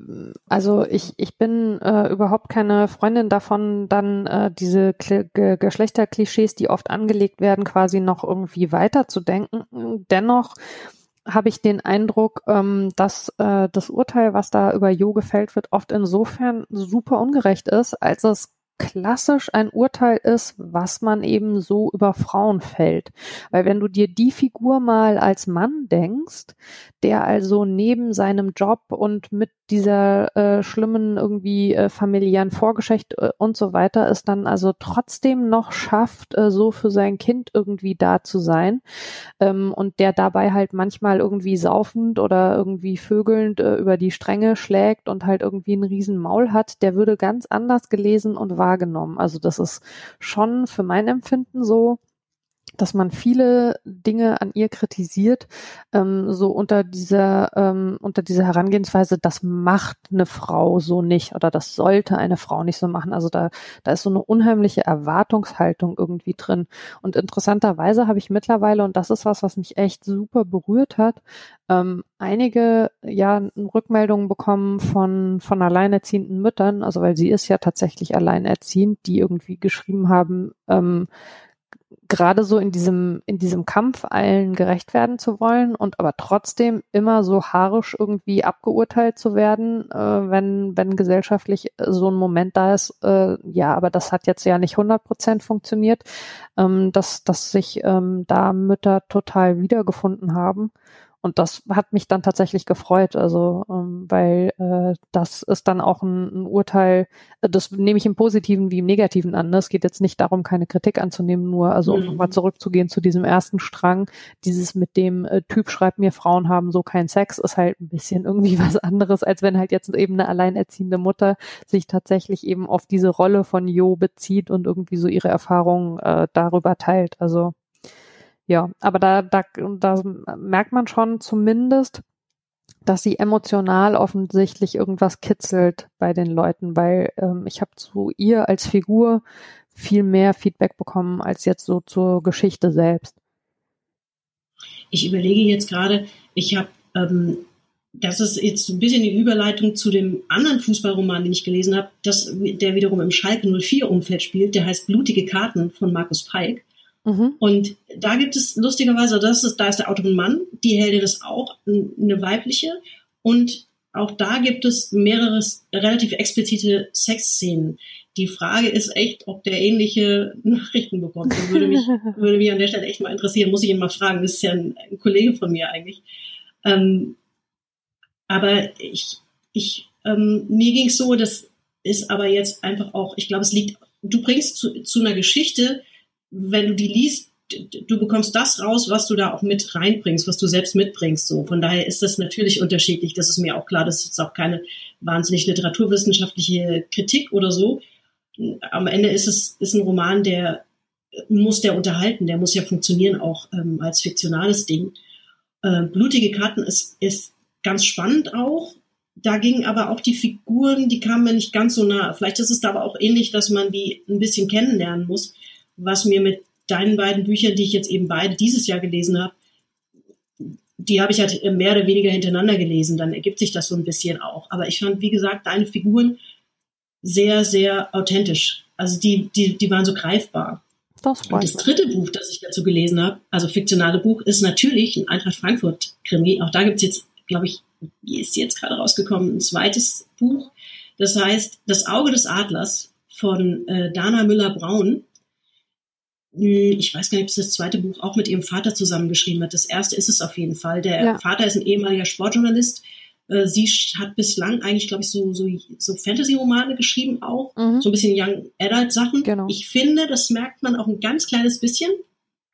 [SPEAKER 5] also ich, ich bin äh, überhaupt keine Freundin davon, dann äh, diese Kle- Ge- Geschlechterklischees, die oft angelegt werden, quasi noch irgendwie weiterzudenken. Dennoch habe ich den Eindruck, ähm, dass äh, das Urteil, was da über Jo gefällt wird, oft insofern super ungerecht ist, als es klassisch ein Urteil ist, was man eben so über Frauen fällt. Weil wenn du dir die Figur mal als Mann denkst, der also neben seinem Job und mit dieser äh, schlimmen irgendwie äh, familiären Vorgeschichte äh, und so weiter es dann also trotzdem noch schafft, äh, so für sein Kind irgendwie da zu sein, ähm, und der dabei halt manchmal irgendwie saufend oder irgendwie vögelnd äh, über die Stränge schlägt und halt irgendwie einen riesen Maul hat, der würde ganz anders gelesen und wahrgenommen. Also das ist schon für mein Empfinden so, dass man viele Dinge an ihr kritisiert, ähm, so unter dieser ähm, unter dieser Herangehensweise, das macht eine Frau so nicht oder das sollte eine Frau nicht so machen. Also da da ist so eine unheimliche Erwartungshaltung irgendwie drin. Und interessanterweise habe ich mittlerweile, und das ist was, was mich echt super berührt hat, ähm, einige ja Rückmeldungen bekommen von von alleinerziehenden Müttern, also weil sie ist ja tatsächlich alleinerziehend, die irgendwie geschrieben haben, ähm, gerade so in diesem, in diesem Kampf allen gerecht werden zu wollen und aber trotzdem immer so haarisch irgendwie abgeurteilt zu werden, äh, wenn, wenn gesellschaftlich so ein Moment da ist, äh, ja, aber das hat jetzt ja nicht hundert Prozent funktioniert, ähm, dass, dass sich ähm, da Mütter total wiedergefunden haben. Und das hat mich dann tatsächlich gefreut, also ähm, weil äh, das ist dann auch ein, ein Urteil, äh, das nehme ich im Positiven wie im Negativen an. Ne? Es geht jetzt nicht darum, keine Kritik anzunehmen, nur also um
[SPEAKER 4] Mhm.
[SPEAKER 5] nochmal zurückzugehen zu diesem ersten Strang, dieses mit dem äh, Typ schreibt mir, Frauen haben so keinen Sex, ist halt ein bisschen irgendwie was anderes, als wenn halt jetzt eben eine alleinerziehende Mutter sich tatsächlich eben auf diese Rolle von Jo bezieht und irgendwie so ihre Erfahrungen äh, darüber teilt. Also ja, aber da, da, da merkt man schon zumindest, dass sie emotional offensichtlich irgendwas kitzelt bei den Leuten, weil ähm, ich habe zu ihr als Figur viel mehr Feedback bekommen als jetzt so zur Geschichte selbst.
[SPEAKER 4] Ich überlege jetzt gerade, ich habe, ähm, das ist jetzt ein bisschen die Überleitung zu dem anderen Fußballroman, den ich gelesen habe, das, der wiederum im Schalke null vier Umfeld spielt, der heißt Blutige Karten von Markus Peik. Mhm. Und da gibt es lustigerweise, das ist, da ist der Autor ein Mann, die Heldin ist auch eine weibliche und auch da gibt es mehrere relativ explizite Sexszenen. Die Frage ist echt, ob der ähnliche Nachrichten bekommt. Das würde mich, würde mich an der Stelle echt mal interessieren, muss ich ihn mal fragen. Das ist ja ein, ein Kollege von mir eigentlich. Ähm, aber ich, ich, ähm, mir ging es so, das ist aber jetzt einfach auch, ich glaube, es liegt, du bringst zu, zu einer Geschichte, wenn du die liest, du bekommst das raus, was du da auch mit reinbringst, was du selbst mitbringst. So, von daher ist das natürlich unterschiedlich. Das ist mir auch klar. Das ist jetzt auch keine wahnsinnig literaturwissenschaftliche Kritik oder so. Am Ende ist es ist ein Roman, der muss der unterhalten, der muss ja funktionieren auch ähm, als fiktionales Ding. Äh, Blutige Karten ist ist ganz spannend auch. Da gingen aber auch die Figuren, die kamen mir nicht ganz so nah. Vielleicht ist es da aber auch ähnlich, dass man die ein bisschen kennenlernen muss. Was mir mit deinen beiden Büchern, die ich jetzt eben beide dieses Jahr gelesen habe, die habe ich halt mehr oder weniger hintereinander gelesen, dann ergibt sich das so ein bisschen auch. Aber ich fand, wie gesagt, deine Figuren sehr, sehr authentisch. Also die, die, die waren so greifbar. Das Und das dritte Buch, das ich dazu gelesen habe, also fiktionale Buch, ist natürlich ein Eintracht Frankfurt-Krimi. Auch da gibt es jetzt, glaube ich, ist jetzt gerade rausgekommen, ein zweites Buch. Das heißt, Das Auge des Adlers von äh, Dana Müller-Braun. Ich weiß gar nicht, ob sie das zweite Buch auch mit ihrem Vater zusammengeschrieben hat. Das erste ist es auf jeden Fall. Der ja. Vater ist ein ehemaliger Sportjournalist. Sie hat bislang eigentlich, glaube ich, so, so, so Fantasy-Romane geschrieben auch. Mhm. So ein bisschen Young Adult-Sachen. Genau. Ich finde, das merkt man auch ein ganz kleines bisschen.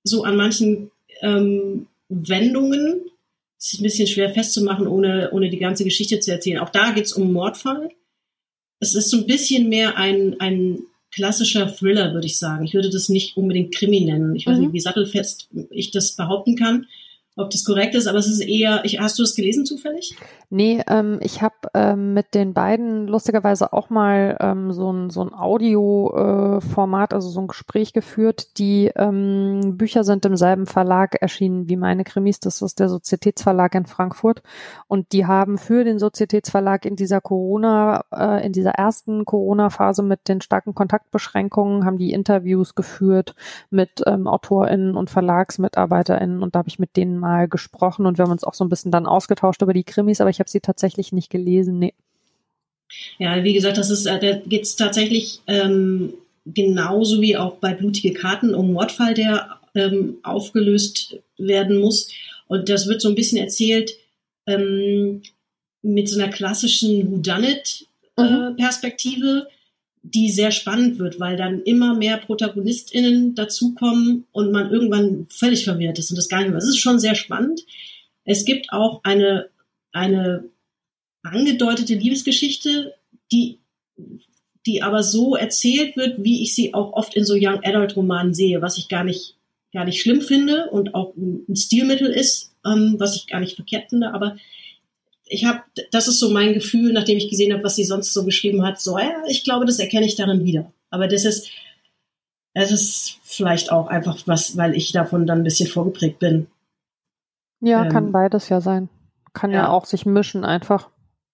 [SPEAKER 4] so an manchen ähm, Wendungen. Es ist ein bisschen schwer festzumachen, ohne, ohne die ganze Geschichte zu erzählen. Auch da geht es um einen Mordfall. Es ist so ein bisschen mehr ein, ein klassischer Thriller, würde ich sagen. Ich würde das nicht unbedingt Krimi nennen. Ich weiß
[SPEAKER 5] Mhm.
[SPEAKER 4] nicht, wie sattelfest ich das behaupten kann, ob das korrekt ist, aber es ist eher, ich, hast du es gelesen zufällig?
[SPEAKER 5] Nee, ähm, ich habe ähm, mit den beiden lustigerweise auch mal ähm, so ein, so ein Audio-Format, äh, also so ein Gespräch geführt. Die ähm, Bücher sind im selben Verlag erschienen wie meine Krimis. Das ist der Sozietätsverlag in Frankfurt. Und die haben für den Sozietätsverlag in dieser Corona, äh, in dieser ersten Corona-Phase mit den starken Kontaktbeschränkungen, haben die Interviews geführt mit ähm, AutorInnen und VerlagsmitarbeiterInnen. Und da habe ich mit denen mal gesprochen und wir haben uns auch so ein bisschen dann ausgetauscht über die Krimis, aber ich habe sie tatsächlich nicht gelesen, nee.
[SPEAKER 4] Ja, wie gesagt, das ist, da geht es tatsächlich ähm, genauso wie auch bei Blutige Karten um einen Mordfall, der ähm, aufgelöst werden muss. Und das wird so ein bisschen erzählt ähm, mit so einer klassischen Whodunit-Perspektive, äh, die sehr spannend wird, weil dann immer mehr ProtagonistInnen dazukommen und man irgendwann völlig verwirrt ist und das gar nicht mehr. Es ist schon sehr spannend. Es gibt auch eine, eine angedeutete Liebesgeschichte, die, die aber so erzählt wird, wie ich sie auch oft in so Young Adult Romanen sehe, was ich gar nicht, gar nicht schlimm finde und auch ein Stilmittel ist, ähm, was ich gar nicht verkehrt finde, aber ich habe, das ist so mein Gefühl, nachdem ich gesehen habe, was sie sonst so geschrieben hat, so, ja, ich glaube, das erkenne ich darin wieder. Aber das ist, das ist vielleicht auch einfach was, weil ich davon dann ein bisschen vorgeprägt bin.
[SPEAKER 5] Ja,
[SPEAKER 4] Ähm,
[SPEAKER 5] kann beides ja sein. Kann ja,
[SPEAKER 4] ja.
[SPEAKER 5] auch sich mischen einfach.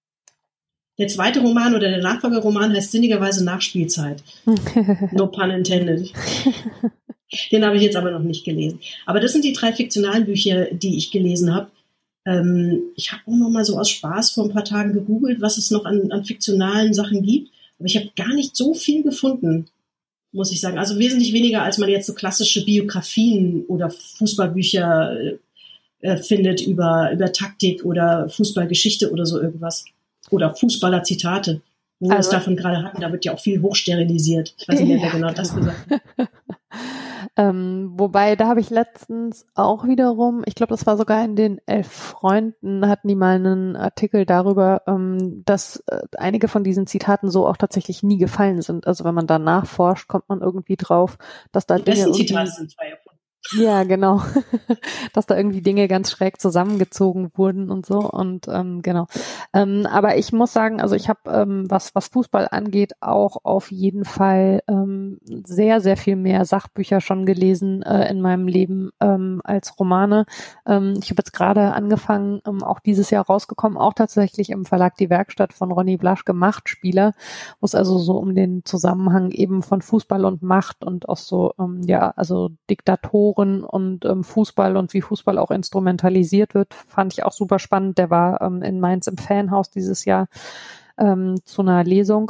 [SPEAKER 4] Der zweite Roman oder der Nachfolgerroman heißt sinnigerweise Nachspielzeit. No pun intended. Den habe ich jetzt aber noch nicht gelesen. Aber das sind die drei fiktionalen Bücher, die ich gelesen habe. Ähm, ich habe auch noch mal so aus Spaß vor ein paar Tagen gegoogelt, was es noch an, an fiktionalen Sachen gibt. Aber ich habe gar nicht so viel gefunden, muss ich sagen. Also wesentlich weniger, als man jetzt so klassische Biografien oder Fußballbücher äh, äh, findet über, über Taktik oder Fußballgeschichte oder so irgendwas. Oder Fußballer-Zitate, wo wir
[SPEAKER 5] Also-
[SPEAKER 4] es davon gerade hatten. Da wird ja auch viel hochsterilisiert. Ich weiß nicht, wer
[SPEAKER 5] Ja,
[SPEAKER 4] genau das gesagt hat.
[SPEAKER 5] Ähm, wobei, da habe ich letztens auch wiederum, ich glaube, das war sogar in den Elf Freunden, hatten die mal einen Artikel darüber, ähm, dass äh, einige von diesen Zitaten so auch tatsächlich nie gefallen sind. Also wenn man da nachforscht, kommt man irgendwie drauf, dass da
[SPEAKER 4] Die
[SPEAKER 5] Dinge
[SPEAKER 4] besten
[SPEAKER 5] irgendwie...
[SPEAKER 4] Zitate sind zwei erfunden.
[SPEAKER 5] Ja, genau. Dass da irgendwie Dinge ganz schräg zusammengezogen wurden und so. Und ähm, genau. Ähm, aber ich muss sagen, also ich habe, ähm, was was Fußball angeht, auch auf jeden Fall ähm, sehr, sehr viel mehr Sachbücher schon gelesen äh, in meinem Leben ähm, als Romane. Ähm, ich habe jetzt gerade angefangen, ähm, auch dieses Jahr rausgekommen, auch tatsächlich im Verlag Die Werkstatt von Ronny Blaschke, Machtspieler, wo es also so um den Zusammenhang eben von Fußball und Macht und auch so, ähm, ja, also Diktatoren und ähm, Fußball und wie Fußball auch instrumentalisiert wird, fand ich auch super spannend. Der war ähm, in Mainz im Fanhaus dieses Jahr ähm, zu einer Lesung.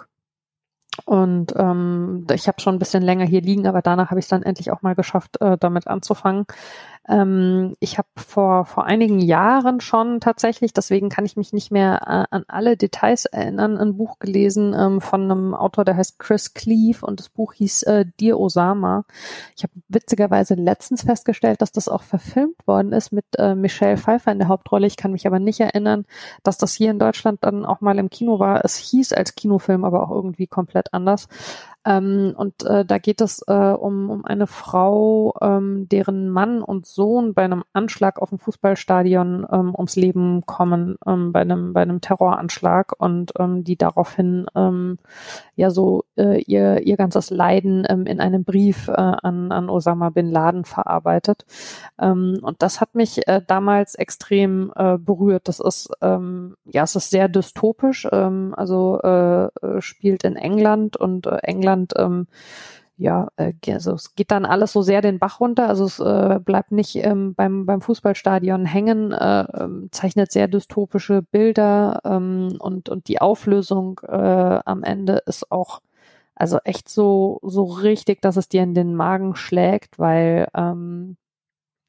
[SPEAKER 5] Und ähm, ich habe schon ein bisschen länger hier liegen, aber danach habe ich es dann endlich auch mal geschafft, äh, damit anzufangen. Ähm, ich habe vor vor einigen Jahren schon tatsächlich, deswegen kann ich mich nicht mehr äh, an alle Details erinnern, ein Buch gelesen ähm, von einem Autor, der heißt Chris Cleave und das Buch hieß äh, Dear Osama. Ich habe witzigerweise letztens festgestellt, dass das auch verfilmt worden ist mit äh, Michelle Pfeiffer in der Hauptrolle. Ich kann mich aber nicht erinnern, dass das hier in Deutschland dann auch mal im Kino war. Es hieß als Kinofilm, aber auch irgendwie komplett anders. Ähm, und äh, da geht es äh, um, um eine Frau, ähm, deren Mann und Sohn bei einem Anschlag auf ein Fußballstadion ähm, ums Leben kommen, ähm, bei einem bei einem Terroranschlag und ähm, die daraufhin ähm, ja so äh, ihr ihr ganzes Leiden ähm, in einem Brief äh, an an Osama bin Laden verarbeitet. Ähm, und das hat mich äh, damals extrem äh, berührt. Das ist ähm, ja es ist sehr dystopisch, ähm, also äh, spielt in England und äh, England ähm, ja, äh, also es geht dann alles so sehr den Bach runter, also es äh, bleibt nicht ähm, beim beim Fußballstadion hängen, äh, ähm, zeichnet sehr dystopische Bilder ähm, und und die Auflösung äh, am Ende ist auch also echt so so richtig, dass es dir in den Magen schlägt, weil ähm,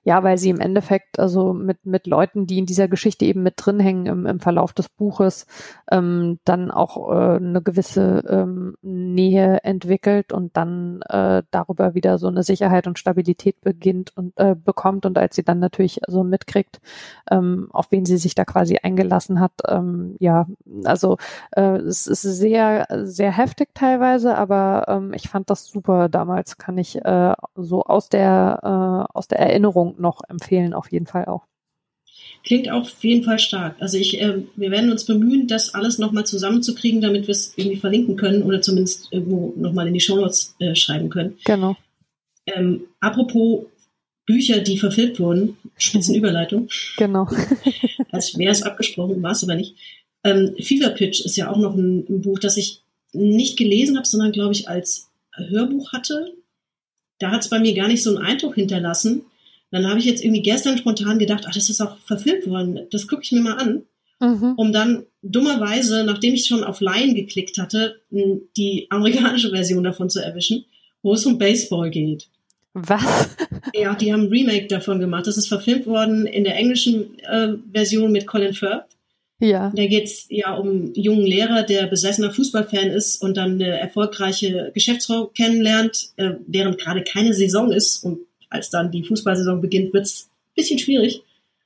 [SPEAKER 5] Ja, weil sie im Endeffekt also mit mit Leuten, die in dieser Geschichte eben mit drin hängen im, im Verlauf des Buches, ähm, dann auch äh, eine gewisse ähm, Nähe entwickelt und dann äh, darüber wieder so eine Sicherheit und Stabilität beginnt und äh, bekommt. Und als sie dann natürlich also mitkriegt, ähm, auf wen sie sich da quasi eingelassen hat, ähm, ja, also äh, es ist sehr, sehr heftig teilweise, aber ähm, ich fand das super damals, kann ich äh, so aus der äh, aus der Erinnerung noch empfehlen, auf jeden Fall auch.
[SPEAKER 4] Klingt auch auf jeden Fall stark. Also ich, äh, wir werden uns bemühen, das alles nochmal zusammenzukriegen, damit wir es irgendwie verlinken können oder zumindest irgendwo nochmal in die Shownotes äh, schreiben können.
[SPEAKER 5] Genau.
[SPEAKER 4] Ähm, apropos Bücher, die verfilmt wurden, Spitzenüberleitung.
[SPEAKER 5] Genau.
[SPEAKER 4] Als wäre es abgesprochen, war es aber nicht. Ähm, Fever Pitch ist ja auch noch ein, ein Buch, das ich nicht gelesen habe, sondern glaube ich als Hörbuch hatte. Da hat es bei mir gar nicht so einen Eindruck hinterlassen. Dann habe ich jetzt irgendwie gestern spontan gedacht, ach, das ist auch verfilmt worden, das gucke ich mir mal an. Mhm. Um dann dummerweise, nachdem ich schon auf Laien geklickt hatte, die amerikanische Version davon zu erwischen, wo es um Baseball geht.
[SPEAKER 5] Was?
[SPEAKER 4] Ja, die haben ein Remake davon gemacht. Das ist verfilmt worden in der englischen äh, Version mit Colin Firth. Ja. Da geht's ja um einen jungen Lehrer, der besessener Fußballfan ist und dann eine erfolgreiche Geschäftsfrau kennenlernt, äh, während gerade keine Saison ist. Und als dann die Fußballsaison beginnt, wird's ein bisschen schwierig.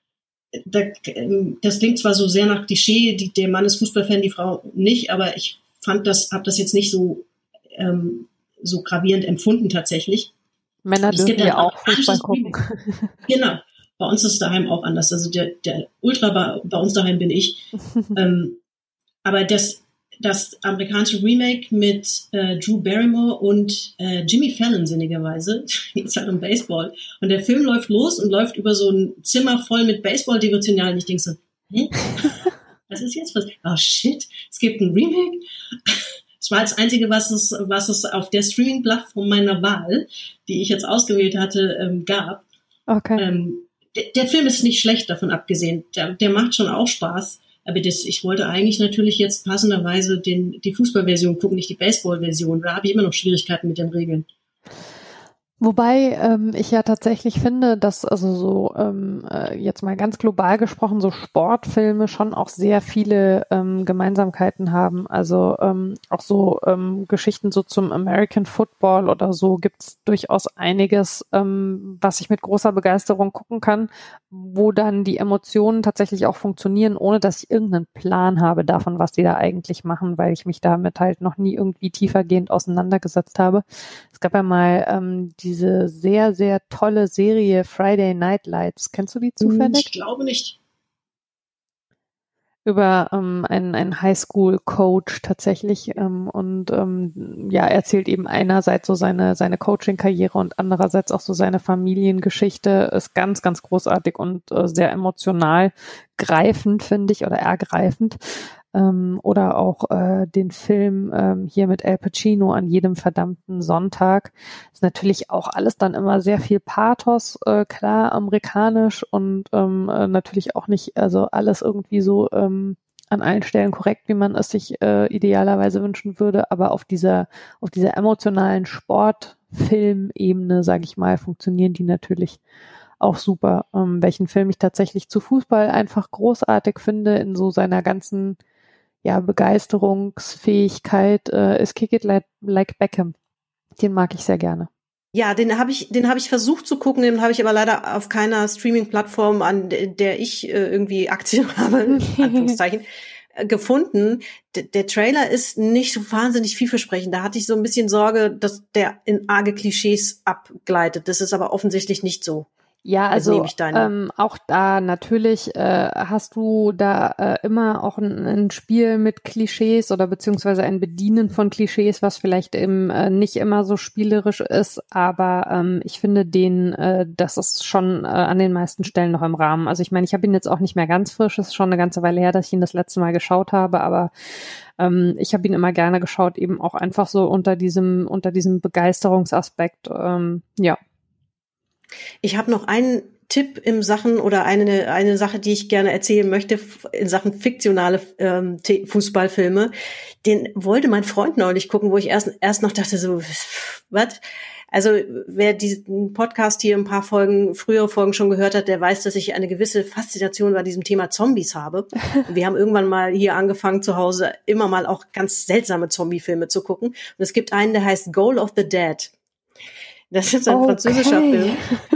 [SPEAKER 4] Da, das klingt zwar so sehr nach Klischee, die, der Mann ist Fußballfan, die Frau nicht, aber ich fand das, habe das jetzt nicht so ähm, so gravierend empfunden tatsächlich.
[SPEAKER 5] Männer dürfen ja auch Fußball gucken.
[SPEAKER 4] Genau. Bei uns ist es daheim auch anders. Also der, der Ultra bei, bei uns daheim bin ich. ähm, aber das, das amerikanische Remake mit äh, Drew Barrymore und äh, Jimmy Fallon sinnigerweise, geht halt um Baseball. Und der Film läuft los und läuft über so ein Zimmer voll mit Baseball-Devotionalen. Und ich denke so, hä? Was ist jetzt was? Oh shit, es gibt ein Remake? Das war das Einzige, was es, was es auf der Streaming-Plattform meiner Wahl, die ich jetzt ausgewählt hatte, ähm, gab.
[SPEAKER 5] Okay.
[SPEAKER 4] Ähm, der, der Film ist nicht schlecht, davon abgesehen. Der, der macht schon auch Spaß. Aber das, ich wollte eigentlich natürlich jetzt passenderweise den, die Fußballversion gucken, nicht die Baseballversion. Da habe ich immer noch Schwierigkeiten mit den Regeln.
[SPEAKER 5] Wobei ähm, ich ja tatsächlich finde, dass also so ähm, äh, jetzt mal ganz global gesprochen so Sportfilme schon auch sehr viele ähm, Gemeinsamkeiten haben. Also ähm, auch so ähm, Geschichten so zum American Football oder so gibt's durchaus einiges, ähm, was ich mit großer Begeisterung gucken kann, wo dann die Emotionen tatsächlich auch funktionieren, ohne dass ich irgendeinen Plan habe davon, was die da eigentlich machen, weil ich mich damit halt noch nie irgendwie tiefergehend auseinandergesetzt habe. Es gab ja mal ähm, die diese sehr, sehr tolle Serie Friday Night Lights. Kennst du die zufällig?
[SPEAKER 4] Ich glaube nicht.
[SPEAKER 5] Über ähm, einen, einen Highschool-Coach tatsächlich ähm, und ähm, ja, erzählt eben einerseits so seine, seine Coaching-Karriere und andererseits auch so seine Familiengeschichte. Ist ganz, ganz großartig und äh, sehr emotional greifend, finde ich, oder ergreifend. Ähm, oder auch äh, den Film ähm, hier mit Al Pacino an jedem verdammten Sonntag. Ist natürlich auch alles dann immer sehr viel Pathos, äh, klar, amerikanisch und ähm, äh, natürlich auch nicht, also alles irgendwie so ähm, an allen Stellen korrekt, wie man es sich äh, idealerweise wünschen würde, aber auf dieser, auf dieser emotionalen Sportfilmebene, sage ich mal, funktionieren die natürlich auch super. Ähm, welchen Film ich tatsächlich zu Fußball einfach großartig finde, in so seiner ganzen ja, Begeisterungsfähigkeit, äh, ist Kick It Like, like Beckham. Den mag ich sehr gerne.
[SPEAKER 3] Ja, den habe ich, den habe ich versucht zu gucken, den habe ich aber leider auf keiner Streaming-Plattform, an der ich äh, irgendwie Aktien habe, in Anführungszeichen, äh, gefunden. D- der Trailer ist nicht so wahnsinnig vielversprechend. Da hatte ich so ein bisschen Sorge, dass der in arge Klischees abgleitet. Das ist aber offensichtlich nicht so.
[SPEAKER 5] Ja, also ähm, auch da natürlich äh, hast du da äh, immer auch ein, ein Spiel mit Klischees oder beziehungsweise ein Bedienen von Klischees, was vielleicht eben äh, nicht immer so spielerisch ist, aber ähm, ich finde den, äh, das ist schon äh, an den meisten Stellen noch im Rahmen. Also ich meine, ich habe ihn jetzt auch nicht mehr ganz frisch, es ist schon eine ganze Weile her, dass ich ihn das letzte Mal geschaut habe, aber ähm, ich habe ihn immer gerne geschaut, eben auch einfach so unter diesem, unter diesem Begeisterungsaspekt, ähm, ja.
[SPEAKER 3] Ich habe noch einen Tipp in Sachen oder eine eine Sache, die ich gerne erzählen möchte in Sachen fiktionale ähm, Fußballfilme. Den wollte mein Freund neulich gucken, wo ich erst erst noch dachte so, was? Also wer diesen Podcast hier ein paar Folgen, frühere Folgen schon gehört hat, der weiß, dass ich eine gewisse Faszination bei diesem Thema Zombies habe. Und wir haben irgendwann mal hier angefangen zu Hause immer mal auch ganz seltsame Zombie-Filme zu gucken. Und es gibt einen, der heißt Goal of the Dead. Das ist ein okay. französischer Film.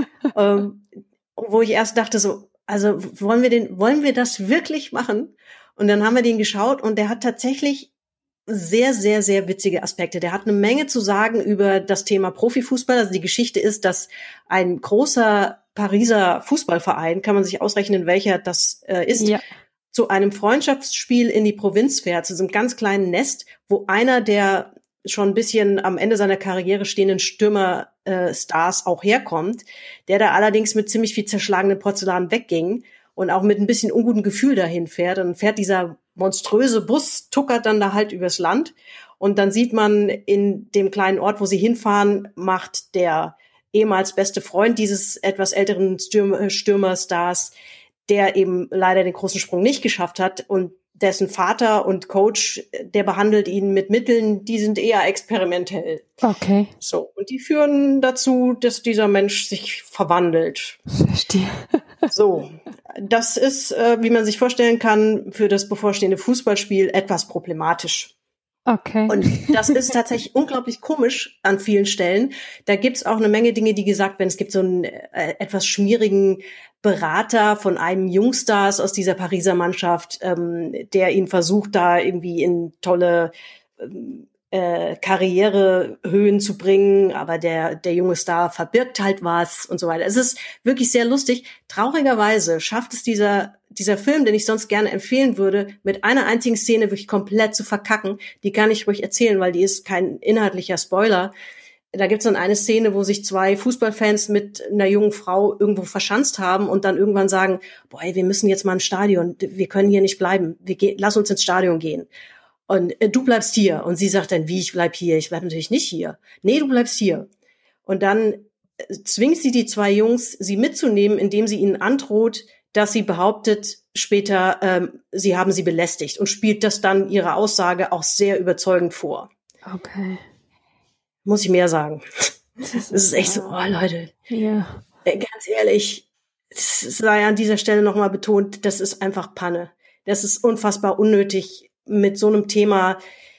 [SPEAKER 3] ähm, wo ich erst dachte so, also wollen wir den, wollen wir das wirklich machen? Und dann haben wir den geschaut und der hat tatsächlich sehr, sehr, sehr witzige Aspekte. Der hat eine Menge zu sagen über das Thema Profifußball. Also die Geschichte ist, dass ein großer Pariser Fußballverein, kann man sich ausrechnen, welcher das äh, ist, ja. zu einem Freundschaftsspiel in die Provinz fährt, zu so einem ganz kleinen Nest, wo einer der schon ein bisschen am Ende seiner Karriere stehenden Stürmer-Stars äh, auch herkommt, der da allerdings mit ziemlich viel zerschlagenen Porzellan wegging und auch mit ein bisschen unguten Gefühl dahin fährt. Dann fährt dieser monströse Bus, tuckert dann da halt übers Land und dann sieht man in dem kleinen Ort, wo sie hinfahren, macht der ehemals beste Freund dieses etwas älteren Stürmer, Stürmerstars, der eben leider den großen Sprung nicht geschafft hat und dessen Vater und Coach, der behandelt ihn mit Mitteln, die sind eher experimentell.
[SPEAKER 5] Okay.
[SPEAKER 3] So, und die führen dazu, dass dieser Mensch sich verwandelt.
[SPEAKER 5] Verstehe.
[SPEAKER 3] So, das ist, äh, wie man sich vorstellen kann, für das bevorstehende Fußballspiel etwas problematisch.
[SPEAKER 5] Okay.
[SPEAKER 3] Und das ist tatsächlich unglaublich komisch an vielen Stellen. Da gibt's auch eine Menge Dinge, die gesagt werden. Es gibt so einen äh, etwas schmierigen Berater von einem Jungstars aus dieser Pariser Mannschaft, ähm, der ihn versucht, da irgendwie in tolle ähm, äh, Karrierehöhen zu bringen, aber der der junge Star verbirgt halt was und so weiter. Es ist wirklich sehr lustig. Traurigerweise schafft es dieser dieser Film, den ich sonst gerne empfehlen würde, mit einer einzigen Szene wirklich komplett zu verkacken. Die kann ich ruhig erzählen, weil die ist kein inhaltlicher Spoiler. Da gibt's dann eine Szene, wo sich zwei Fußballfans mit einer jungen Frau irgendwo verschanzt haben und dann irgendwann sagen, boah, ey, wir müssen jetzt mal ins Stadion, wir können hier nicht bleiben, wir gehen, lass uns ins Stadion gehen. Und äh, du bleibst hier. Und sie sagt dann, wie, ich bleib hier? Ich bleib natürlich nicht hier. Nee, du bleibst hier. Und dann äh, zwingt sie die zwei Jungs, sie mitzunehmen, indem sie ihnen androht, dass sie behauptet später, ähm, sie haben sie belästigt und spielt das dann ihre Aussage auch sehr überzeugend vor.
[SPEAKER 5] Okay.
[SPEAKER 3] Muss ich mehr sagen. Das ist, das ist echt so, oh Leute,
[SPEAKER 5] ja.
[SPEAKER 3] Ganz ehrlich, es sei an dieser Stelle nochmal betont, das ist einfach Panne. Das ist unfassbar unnötig mit so einem Thema.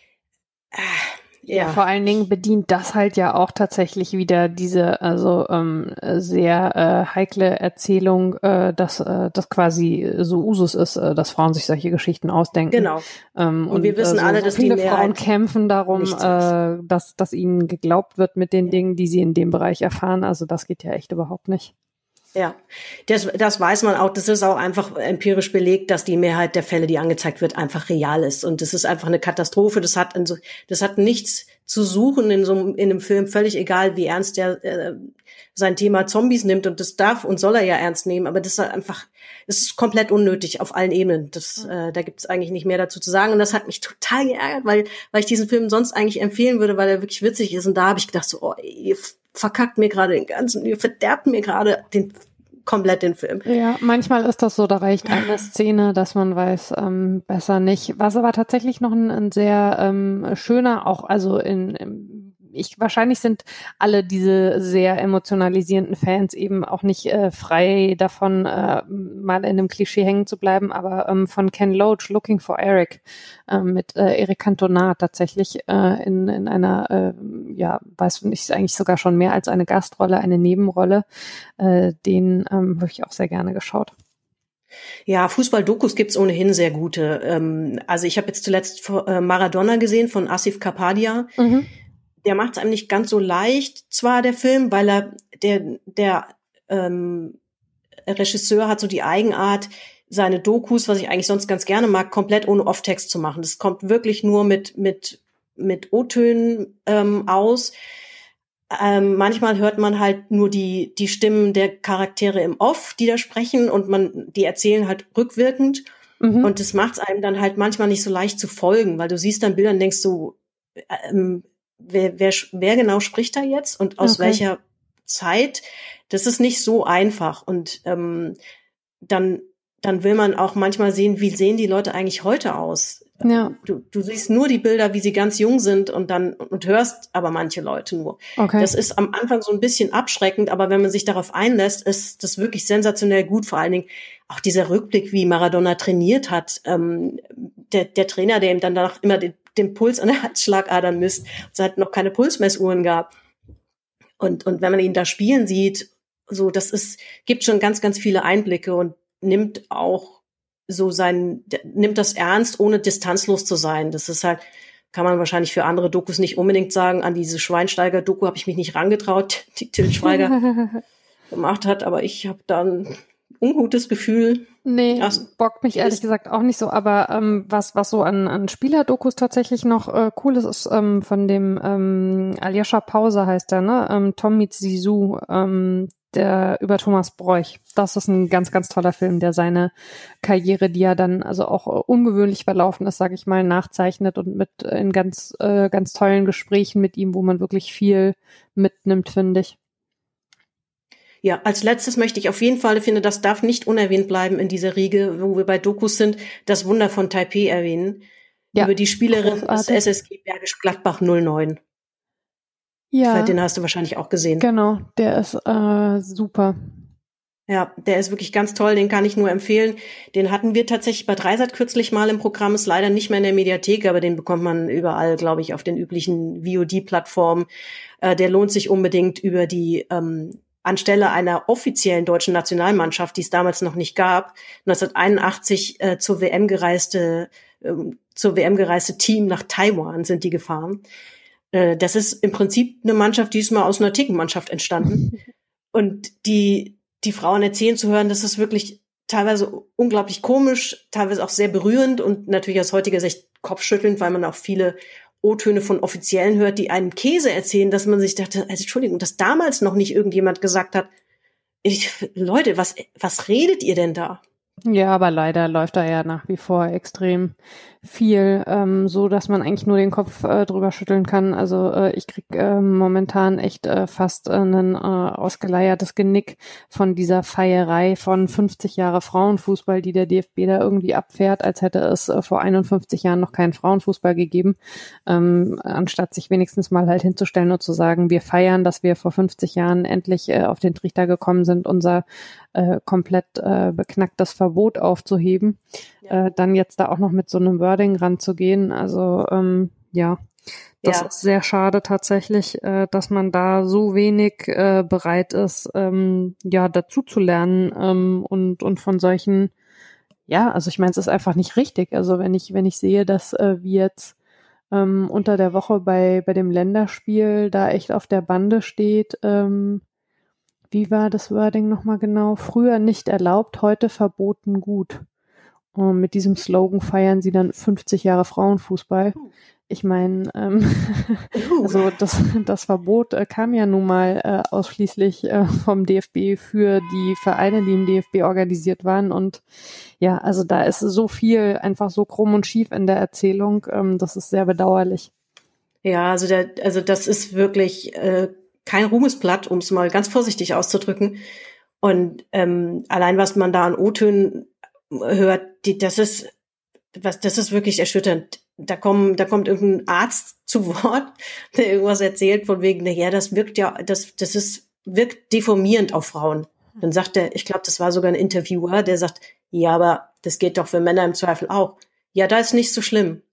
[SPEAKER 3] Äh, ja.
[SPEAKER 5] ja, vor allen Dingen bedient das halt ja auch tatsächlich wieder diese also ähm, sehr äh, heikle Erzählung, äh, dass äh, das quasi so Usus ist, äh, dass Frauen sich solche Geschichten ausdenken.
[SPEAKER 3] Genau.
[SPEAKER 5] Ähm,
[SPEAKER 3] und, und wir wissen
[SPEAKER 5] äh, so,
[SPEAKER 3] alle,
[SPEAKER 5] so
[SPEAKER 3] dass
[SPEAKER 5] viele
[SPEAKER 3] die
[SPEAKER 5] Frauen kämpfen darum, äh, dass, dass ihnen geglaubt wird mit den Dingen, die sie in dem Bereich erfahren. Also das geht ja echt überhaupt nicht.
[SPEAKER 3] Ja, das, das weiß man auch. Das ist auch einfach empirisch belegt, dass die Mehrheit der Fälle, die angezeigt wird, einfach real ist. Und das ist einfach eine Katastrophe. Das hat, so, das hat nichts zu suchen in so in einem Film, völlig egal, wie ernst er äh, sein Thema Zombies nimmt. Und das darf und soll er ja ernst nehmen. Aber das ist einfach, es ist komplett unnötig auf allen Ebenen. Das, äh, da gibt es eigentlich nicht mehr dazu zu sagen. Und das hat mich total geärgert, weil, weil ich diesen Film sonst eigentlich empfehlen würde, weil er wirklich witzig ist. Und da habe ich gedacht, so, oh, ihr verkackt mir gerade den ganzen, ihr verderbt mir gerade den komplett den Film.
[SPEAKER 5] Ja, manchmal ist das so, da reicht eine Szene, dass man weiß, ähm, besser nicht. Was aber tatsächlich noch ein, ein sehr ähm, schöner, auch also in, in ich wahrscheinlich sind alle diese sehr emotionalisierenden Fans eben auch nicht äh, frei davon, äh, mal in einem Klischee hängen zu bleiben, aber ähm, von Ken Loach, Looking for Eric, äh, mit äh, Eric Cantona tatsächlich äh, in, in einer, äh, ja, weiß nicht, eigentlich sogar schon mehr als eine Gastrolle, eine Nebenrolle, äh, den ähm, habe ich auch sehr gerne geschaut.
[SPEAKER 3] Ja, Fußball-Dokus gibt's ohnehin sehr gute. Ähm, also ich habe jetzt zuletzt äh, Maradona gesehen von Asif Kapadia. Mhm. Der macht es einem nicht ganz so leicht, zwar der Film, weil er der der ähm, Regisseur hat so die Eigenart, seine Dokus, was ich eigentlich sonst ganz gerne mag, komplett ohne Off-Text zu machen. Das kommt wirklich nur mit mit mit O-Tönen ähm, aus. Ähm, manchmal hört man halt nur die die Stimmen der Charaktere im Off, die da sprechen, und man die erzählen halt rückwirkend. Mhm. Und das macht es einem dann halt manchmal nicht so leicht zu folgen, weil du siehst dann Bilder und denkst so, ähm, Wer, wer, wer genau spricht da jetzt und aus okay. welcher Zeit, das ist nicht so einfach. Und ähm, dann, dann will man auch manchmal sehen, wie sehen die Leute eigentlich heute aus?
[SPEAKER 5] Ja.
[SPEAKER 3] Du, du siehst nur die Bilder, wie sie ganz jung sind und dann und hörst aber manche Leute nur.
[SPEAKER 5] Okay.
[SPEAKER 3] Das ist am Anfang so ein bisschen abschreckend, aber wenn man sich darauf einlässt, ist das wirklich sensationell gut. Vor allen Dingen auch dieser Rückblick, wie Maradona trainiert hat. Ähm, der, der Trainer, der ihm dann danach immer den, den Puls an der Herzschlagadern misst, es hat noch keine Pulsmessuhren gab. Und, und wenn man ihn da spielen sieht, so, das ist, gibt schon ganz, ganz viele Einblicke und nimmt auch so sein, nimmt das ernst, ohne distanzlos zu sein. Das ist halt, kann man wahrscheinlich für andere Dokus nicht unbedingt sagen. An diese Schweinsteiger-Doku habe ich mich nicht rangetraut, die Til Schweiger gemacht hat, aber ich habe da ein ungutes Gefühl.
[SPEAKER 5] Nee,
[SPEAKER 3] Ach,
[SPEAKER 5] bockt mich ehrlich gesagt auch nicht so, aber ähm, was was so an an Spielerdokus tatsächlich noch äh, cool ist, ist ähm, von dem ähm, Aljoscha Pause heißt der, ne? Ähm, Tom meets Zizou, ähm, der über Thomas Broich. Das ist ein ganz, ganz toller Film, der seine Karriere, die ja dann also auch äh, ungewöhnlich verlaufen ist, sage ich mal, nachzeichnet und mit äh, in ganz, äh, ganz tollen Gesprächen mit ihm, wo man wirklich viel mitnimmt, finde ich.
[SPEAKER 3] Ja, als letztes möchte ich auf jeden Fall, finde, das darf nicht unerwähnt bleiben in dieser Riege, wo wir bei Dokus sind, das Wunder von Taipei erwähnen. Ja, über die Spielerin des S S G Bergisch Gladbach null neun.
[SPEAKER 5] Ja.
[SPEAKER 3] Den hast du wahrscheinlich auch gesehen.
[SPEAKER 5] Genau, der ist äh, super.
[SPEAKER 3] Ja, der ist wirklich ganz toll, den kann ich nur empfehlen. Den hatten wir tatsächlich bei Dreisat kürzlich mal im Programm, ist leider nicht mehr in der Mediathek, aber den bekommt man überall, glaube ich, auf den üblichen V O D-Plattformen. Äh, der lohnt sich unbedingt über die, ähm, anstelle einer offiziellen deutschen Nationalmannschaft, die es damals noch nicht gab, neunzehnhunderteinundachtzig äh, zur W M gereiste, äh, zur W M gereiste Team nach Taiwan sind die gefahren. Äh, das ist im Prinzip eine Mannschaft, die ist mal aus einer Thekenmannschaft entstanden. Und die die Frauen erzählen zu hören, das ist wirklich teilweise unglaublich komisch, teilweise auch sehr berührend und natürlich aus heutiger Sicht kopfschüttelnd, weil man auch viele O-Töne von Offiziellen hört, die einen Käse erzählen, dass man sich dachte, also Entschuldigung, dass damals noch nicht irgendjemand gesagt hat, ich, Leute, was, was redet ihr denn da?
[SPEAKER 5] Ja, aber leider läuft da ja nach wie vor extrem viel, ähm, so dass man eigentlich nur den Kopf äh, drüber schütteln kann. Also äh, ich krieg äh, momentan echt äh, fast äh, ein äh, ausgeleiertes Genick von dieser Feierei von fünfzig Jahre Frauenfußball, die der D F B da irgendwie abfährt, als hätte es äh, vor einundfünfzig Jahren noch keinen Frauenfußball gegeben, ähm, anstatt sich wenigstens mal halt hinzustellen und zu sagen, wir feiern, dass wir vor fünfzig Jahren endlich äh, auf den Trichter gekommen sind, unser äh, komplett äh, beknacktes Verbot aufzuheben, ja. äh, dann jetzt da auch noch mit so einem Wording ranzugehen. Also ähm, ja, das ja. ist sehr schade tatsächlich, äh, dass man da so wenig äh, bereit ist, ähm, ja, dazu zu lernen ähm, und und von solchen, ja, also ich meine, es ist einfach nicht richtig. Also wenn ich wenn ich sehe, dass äh, wir jetzt ähm, unter der Woche bei bei dem Länderspiel da echt auf der Bande steht, ähm, wie war das Wording nochmal genau? Früher nicht erlaubt, heute verboten gut. Und mit diesem Slogan feiern sie dann fünfzig Jahre Frauenfußball. Ich meine, ähm, also das, das Verbot äh, kam ja nun mal äh, ausschließlich äh, vom D F B für die Vereine, die im D F B organisiert waren. Und ja, also da ist so viel einfach so krumm und schief in der Erzählung. Ähm, das ist sehr bedauerlich.
[SPEAKER 3] Ja, also der, also das ist wirklich äh, kein Ruhmesblatt, um es mal ganz vorsichtig auszudrücken. Und ähm, allein was man da an O-Tönen hört, die, das ist was, das ist wirklich erschütternd. Da kommen, da kommt irgendein Arzt zu Wort, der irgendwas erzählt von wegen, ja, das wirkt ja, das, das ist wirkt deformierend auf Frauen. Dann sagt er, ich glaube, das war sogar ein Interviewer, der sagt, ja, aber das geht doch für Männer im Zweifel auch. Ja, da ist nicht so schlimm.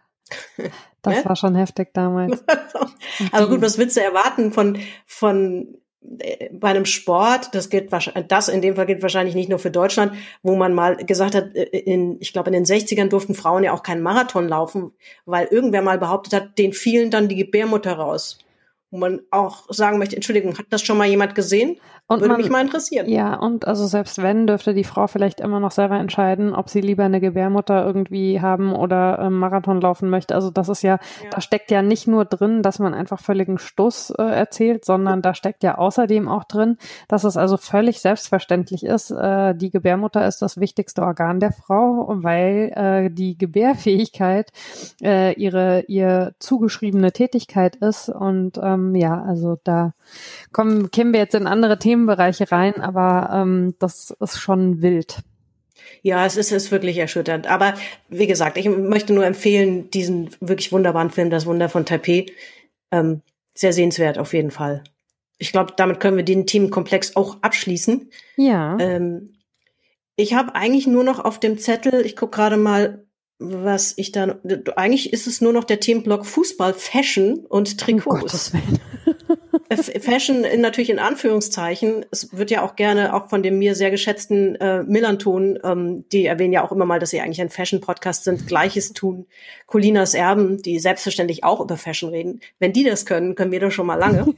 [SPEAKER 5] Das ja? war schon heftig damals.
[SPEAKER 3] Aber gut, was willst du erwarten von von äh, bei einem Sport? Das gilt wahrscheinlich, das in dem Fall gilt wahrscheinlich nicht nur für Deutschland, wo man mal gesagt hat, in ich glaube in den sechzigern durften Frauen ja auch keinen Marathon laufen, weil irgendwer mal behauptet hat, denen fielen dann die Gebärmutter raus. Wo man auch sagen möchte, Entschuldigung, hat das schon mal jemand gesehen?
[SPEAKER 5] Und
[SPEAKER 3] Würde
[SPEAKER 5] man,
[SPEAKER 3] mich mal interessieren.
[SPEAKER 5] Ja, und also selbst wenn, dürfte die Frau vielleicht immer noch selber entscheiden, ob sie lieber eine Gebärmutter irgendwie haben oder ähm, Marathon laufen möchte. Also das ist ja, ja, da steckt ja nicht nur drin, dass man einfach völligen Stuss äh, erzählt, sondern da steckt ja außerdem auch drin, dass es also völlig selbstverständlich ist, äh, die Gebärmutter ist das wichtigste Organ der Frau, weil äh, die Gebärfähigkeit äh, ihre ihr zugeschriebene Tätigkeit ist und ähm, ähm, ja, also da kommen, kämen wir jetzt in andere Themenbereiche rein, aber ähm, das ist schon wild.
[SPEAKER 3] Ja, es ist, ist wirklich erschütternd. Aber wie gesagt, ich möchte nur empfehlen, diesen wirklich wunderbaren Film, Das Wunder von Taipei. Ähm, sehr sehenswert auf jeden Fall. Ich glaube, damit können wir den Themenkomplex auch abschließen.
[SPEAKER 5] Ja.
[SPEAKER 3] Ähm, ich habe eigentlich nur noch auf dem Zettel, ich gucke gerade mal, was ich da, eigentlich ist es nur noch der Themenblock Fußball, Fashion und Trikots. Oh, Fashion in, natürlich in Anführungszeichen. Es wird ja auch gerne auch von dem mir sehr geschätzten äh, Millanton, ähm, die erwähnen ja auch immer mal, dass sie eigentlich ein Fashion-Podcast sind, Gleiches tun. Colinas Erben, die selbstverständlich auch über Fashion reden. Wenn die das können, können wir das schon mal lange.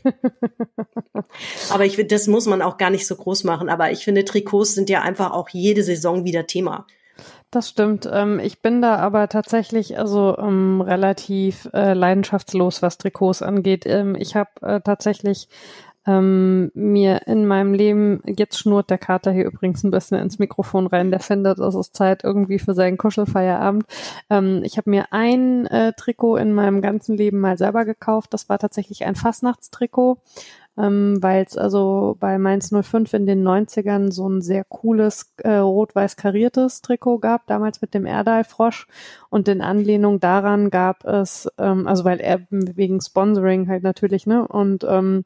[SPEAKER 3] Aber ich finde, das muss man auch gar nicht so groß machen. Aber ich finde, Trikots sind ja einfach auch jede Saison wieder Thema.
[SPEAKER 5] Das stimmt. Ähm, ich bin da aber tatsächlich also ähm, relativ äh, leidenschaftslos, was Trikots angeht. Ähm, ich habe äh, tatsächlich ähm, mir in meinem Leben, jetzt schnurrt der Kater hier übrigens ein bisschen ins Mikrofon rein, der findet, es ist Zeit irgendwie für seinen Kuschelfeierabend. Ähm, ich habe mir ein äh, Trikot in meinem ganzen Leben mal selber gekauft. Das war tatsächlich ein Fastnachtstrikot. Ähm, weil es also bei Mainz null fünf in den neunzigern so ein sehr cooles äh, rot-weiß kariertes Trikot gab, damals mit dem Erdal-Frosch, und in Anlehnung daran gab es, ähm, also weil er wegen Sponsoring halt natürlich, ne, und ähm,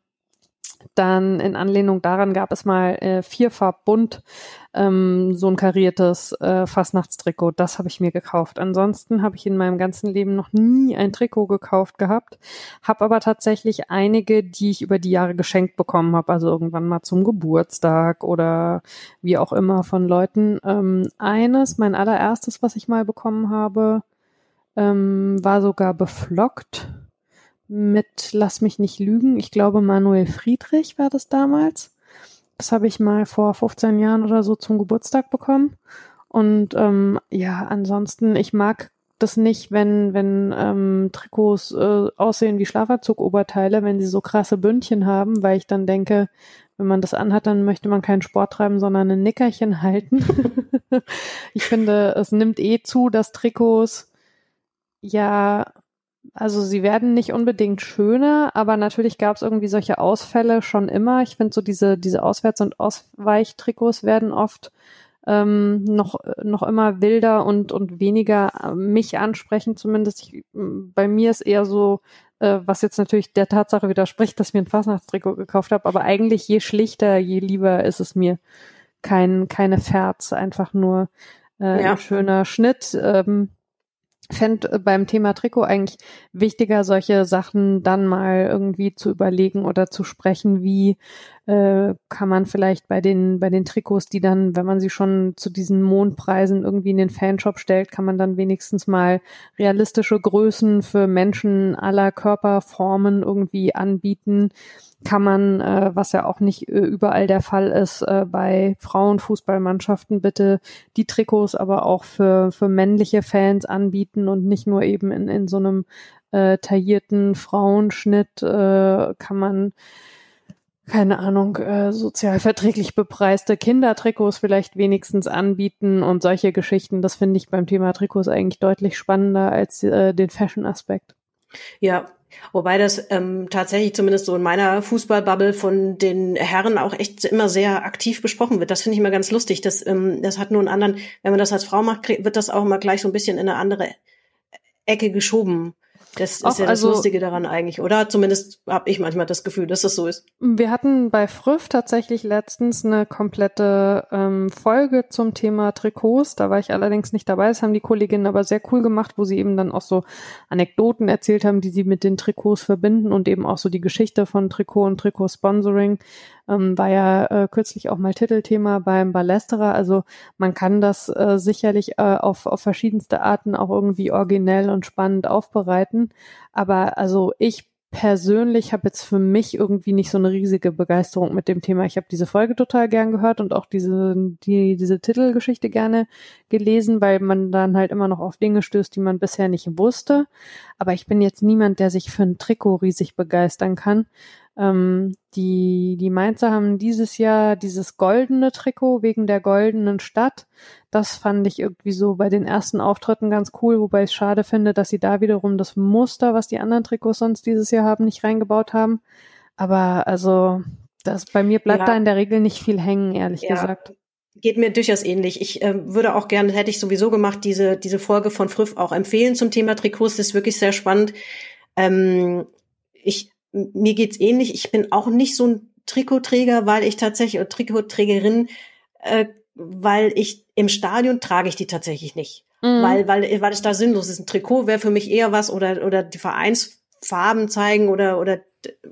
[SPEAKER 5] dann in Anlehnung daran gab es mal äh, vierfarbbunt ähm, so ein kariertes äh, Fastnachtstrikot. Das habe ich mir gekauft. Ansonsten habe ich in meinem ganzen Leben noch nie ein Trikot gekauft gehabt, habe aber tatsächlich einige, die ich über die Jahre geschenkt bekommen habe, also irgendwann mal zum Geburtstag oder wie auch immer von Leuten. Ähm, eines, mein allererstes, was ich mal bekommen habe, ähm, war sogar beflockt. Mit, lass mich nicht lügen, ich glaube Manuel Friedrich war das damals. Das habe ich mal vor fünfzehn Jahren oder so zum Geburtstag bekommen. Und ähm, ja, ansonsten, ich mag das nicht, wenn wenn ähm, Trikots äh, aussehen wie Schlafanzug-Oberteile, wenn sie so krasse Bündchen haben, weil ich dann denke, wenn man das anhat, dann möchte man keinen Sport treiben, sondern ein Nickerchen halten. Ich finde, es nimmt eh zu, dass Trikots ja... Also sie werden nicht unbedingt schöner, aber natürlich gab es irgendwie solche Ausfälle schon immer. Ich finde so diese diese Auswärts- und Ausweichtrikots werden oft ähm, noch noch immer wilder und und weniger mich ansprechen zumindest. Ich, bei mir ist eher so, äh, was jetzt natürlich der Tatsache widerspricht, dass ich mir ein Fastnachtstrikot gekauft habe, aber eigentlich je schlichter, je lieber ist es mir. Kein keine Ferz, einfach nur äh, ja. Ein schöner Schnitt. Ähm, fände beim Thema Trikot eigentlich wichtiger, solche Sachen dann mal irgendwie zu überlegen oder zu sprechen, wie äh, kann man vielleicht bei den bei den Trikots, die dann, wenn man sie schon zu diesen Mondpreisen irgendwie in den Fanshop stellt, kann man dann wenigstens mal realistische Größen für Menschen aller Körperformen irgendwie anbieten. Kann man, äh, was ja auch nicht äh, überall der Fall ist, äh, bei Frauenfußballmannschaften bitte die Trikots aber auch für für männliche Fans anbieten und nicht nur eben in in so einem äh, taillierten Frauenschnitt. Äh, kann man, keine Ahnung, äh, sozialverträglich bepreiste Kindertrikots vielleicht wenigstens anbieten und solche Geschichten. Das finde ich beim Thema Trikots eigentlich deutlich spannender als äh, den Fashion-Aspekt.
[SPEAKER 3] Ja, wobei das ähm, tatsächlich zumindest so in meiner Fußballbubble von den Herren auch echt immer sehr aktiv besprochen wird. Das finde ich immer ganz lustig. Das, ähm, das hat nur einen anderen, wenn man das als Frau macht, wird das auch immer gleich so ein bisschen in eine andere Ecke geschoben. Das
[SPEAKER 5] auch,
[SPEAKER 3] ist ja das
[SPEAKER 5] also,
[SPEAKER 3] Lustige daran eigentlich, oder? Zumindest habe ich manchmal das Gefühl, dass das so ist.
[SPEAKER 5] Wir hatten bei Früff tatsächlich letztens eine komplette ähm, Folge zum Thema Trikots. Da war ich allerdings nicht dabei. Das haben die Kolleginnen aber sehr cool gemacht, wo sie eben dann auch so Anekdoten erzählt haben, die sie mit den Trikots verbinden und eben auch so die Geschichte von Trikot und Trikotsponsoring. Ähm, war ja äh, kürzlich auch mal Titelthema beim Ballesterer. Also man kann das äh, sicherlich äh, auf, auf verschiedenste Arten auch irgendwie originell und spannend aufbereiten. Aber also ich persönlich habe jetzt für mich irgendwie nicht so eine riesige Begeisterung mit dem Thema. Ich habe diese Folge total gern gehört und auch diese die diese Titelgeschichte gerne gelesen, weil man dann halt immer noch auf Dinge stößt, die man bisher nicht wusste. Aber ich bin jetzt niemand, der sich für ein Trikot riesig begeistern kann. Ähm, die, die Mainzer haben dieses Jahr dieses goldene Trikot wegen der goldenen Stadt. Das fand ich irgendwie so bei den ersten Auftritten ganz cool, wobei ich es schade finde, dass sie da wiederum das Muster, was die anderen Trikots sonst dieses Jahr haben, nicht reingebaut haben. Aber also, das bei mir bleibt ja da in der Regel nicht viel hängen, ehrlich ja. gesagt.
[SPEAKER 3] Geht mir durchaus ähnlich. Ich äh, würde auch gerne, hätte ich sowieso gemacht, diese diese Folge von Früff auch empfehlen zum Thema Trikots. Das ist wirklich sehr spannend. Ähm, ich mir geht's ähnlich. Ich bin auch nicht so ein Trikotträger, weil ich tatsächlich oder Trikotträgerin, äh, weil ich im Stadion trage ich die tatsächlich nicht, mhm. weil weil weil es da sinnlos ist. Ein Trikot wäre für mich eher was oder oder die Vereinsfarben zeigen oder oder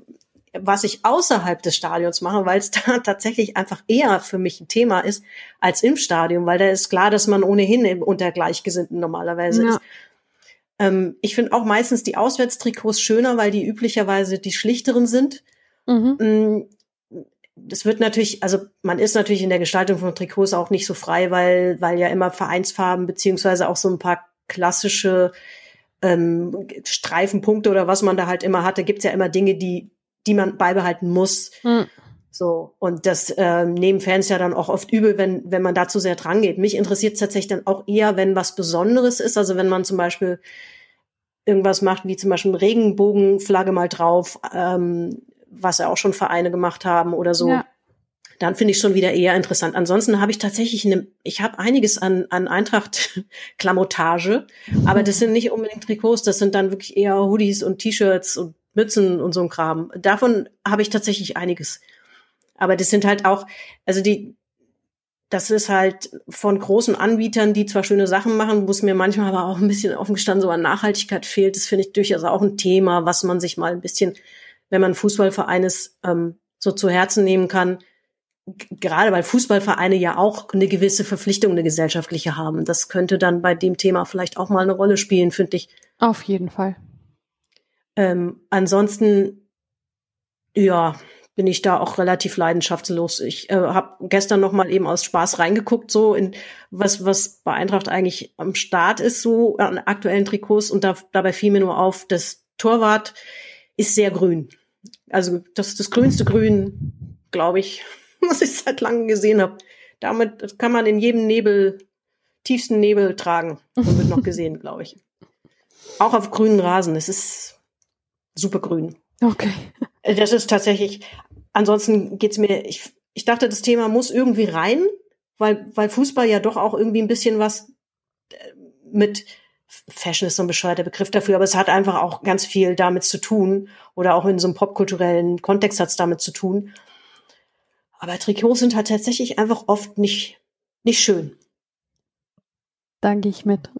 [SPEAKER 3] was ich außerhalb des Stadions mache, weil es da tatsächlich einfach eher für mich ein Thema ist als im Stadion, weil da ist klar, dass man ohnehin unter Gleichgesinnten normalerweise ja. ist. Ähm, ich finde auch meistens die Auswärtstrikots schöner, weil die üblicherweise die schlichteren sind. Mhm. Das wird natürlich, also man ist natürlich in der Gestaltung von Trikots auch nicht so frei, weil weil ja immer Vereinsfarben beziehungsweise auch so ein paar klassische ähm, Streifenpunkte oder was man da halt immer hat. Da gibt's ja immer Dinge, die die man beibehalten muss. Hm. So, und das äh, nehmen Fans ja dann auch oft übel, wenn wenn man da zu sehr dran geht. Mich interessiert es tatsächlich dann auch eher, wenn was Besonderes ist. Also wenn man zum Beispiel irgendwas macht, wie zum Beispiel eine Regenbogenflagge mal drauf, ähm, was ja auch schon Vereine gemacht haben oder so. Ja. Dann finde ich schon wieder eher interessant. Ansonsten habe ich tatsächlich eine, ich habe einiges an an Eintracht-Klamottage, aber das sind nicht unbedingt Trikots, das sind dann wirklich eher Hoodies und T-Shirts und Mützen und so ein Kram. Davon habe ich tatsächlich einiges. Aber das sind halt auch, also die, das ist halt von großen Anbietern, die zwar schöne Sachen machen, wo es mir manchmal aber auch ein bisschen offen gestanden so an Nachhaltigkeit fehlt. Das finde ich durchaus auch ein Thema, was man sich mal ein bisschen, wenn man Fußballverein ist, ähm, so zu Herzen nehmen kann. G- gerade weil Fußballvereine ja auch eine gewisse Verpflichtung, eine gesellschaftliche haben. Das könnte dann bei dem Thema vielleicht auch mal eine Rolle spielen, finde ich.
[SPEAKER 5] Auf jeden Fall.
[SPEAKER 3] Ähm, ansonsten, ja, bin ich da auch relativ leidenschaftslos. Ich äh, habe gestern noch mal eben aus Spaß reingeguckt, so in was was bei Eintracht eigentlich am Start ist, so an aktuellen Trikots. Und da, dabei fiel mir nur auf, das Torwart ist sehr grün. Also das ist das grünste Grün, glaube ich, was ich seit langem gesehen habe. Damit das kann man in jedem Nebel, tiefsten Nebel tragen und wird noch gesehen, glaube ich. Auch auf grünen Rasen. Es ist super grün.
[SPEAKER 5] Okay.
[SPEAKER 3] Das ist tatsächlich, ansonsten geht's mir, ich, ich dachte, das Thema muss irgendwie rein, weil, weil Fußball ja doch auch irgendwie ein bisschen was mit, Fashion ist so ein bescheuerter Begriff dafür, aber es hat einfach auch ganz viel damit zu tun oder auch in so einem popkulturellen Kontext hat's damit zu tun. Aber Trikots sind halt tatsächlich einfach oft nicht, nicht schön.
[SPEAKER 5] Da gehe ich mit.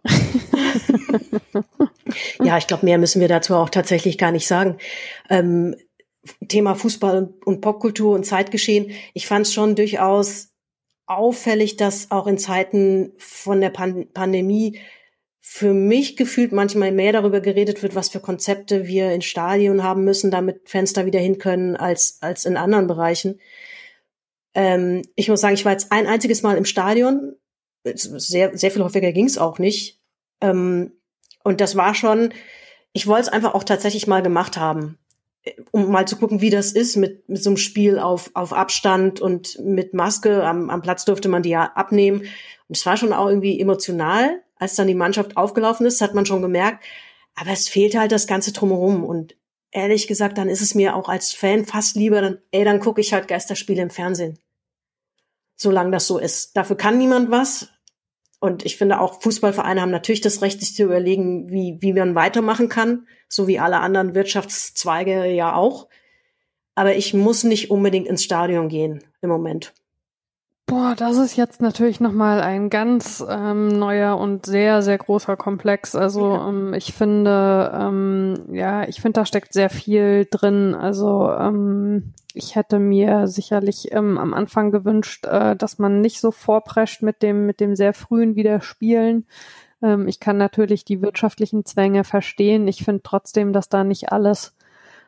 [SPEAKER 3] Ja, ich glaube, mehr müssen wir dazu auch tatsächlich gar nicht sagen. Ähm, Thema Fußball und, und Popkultur und Zeitgeschehen. Ich fand es schon durchaus auffällig, dass auch in Zeiten von der Pan- Pandemie für mich gefühlt manchmal mehr darüber geredet wird, was für Konzepte wir in Stadien haben müssen, damit Fans da wieder hin können, als, als in anderen Bereichen. Ähm, ich muss sagen, ich war jetzt ein einziges Mal im Stadion. Sehr, sehr viel häufiger ging es auch nicht. Ähm, und das war schon, ich wollte es einfach auch tatsächlich mal gemacht haben, um mal zu gucken, wie das ist mit, mit so einem Spiel auf, auf Abstand und mit Maske. Am, am Platz durfte man die ja abnehmen. Und es war schon auch irgendwie emotional. Als dann die Mannschaft aufgelaufen ist, hat man schon gemerkt, aber es fehlt halt das Ganze drumherum. Und ehrlich gesagt, dann ist es mir auch als Fan fast lieber, dann, ey, dann gucke ich halt Geisterspiele im Fernsehen. Solange das so ist. Dafür kann niemand was. Und ich finde auch, Fußballvereine haben natürlich das Recht, sich zu überlegen, wie, wie man weitermachen kann. So wie alle anderen Wirtschaftszweige ja auch. Aber ich muss nicht unbedingt ins Stadion gehen im Moment.
[SPEAKER 5] Boah, das ist jetzt natürlich nochmal ein ganz ähm, neuer und sehr, sehr großer Komplex. Also ja. ähm, ich finde, ähm, ja, ich finde, da steckt sehr viel drin. Also ähm, ich hätte mir sicherlich ähm, am Anfang gewünscht, äh, dass man nicht so vorprescht mit dem, mit dem sehr frühen Wiederspielen. Ähm, ich kann natürlich die wirtschaftlichen Zwänge verstehen. Ich finde trotzdem, dass da nicht alles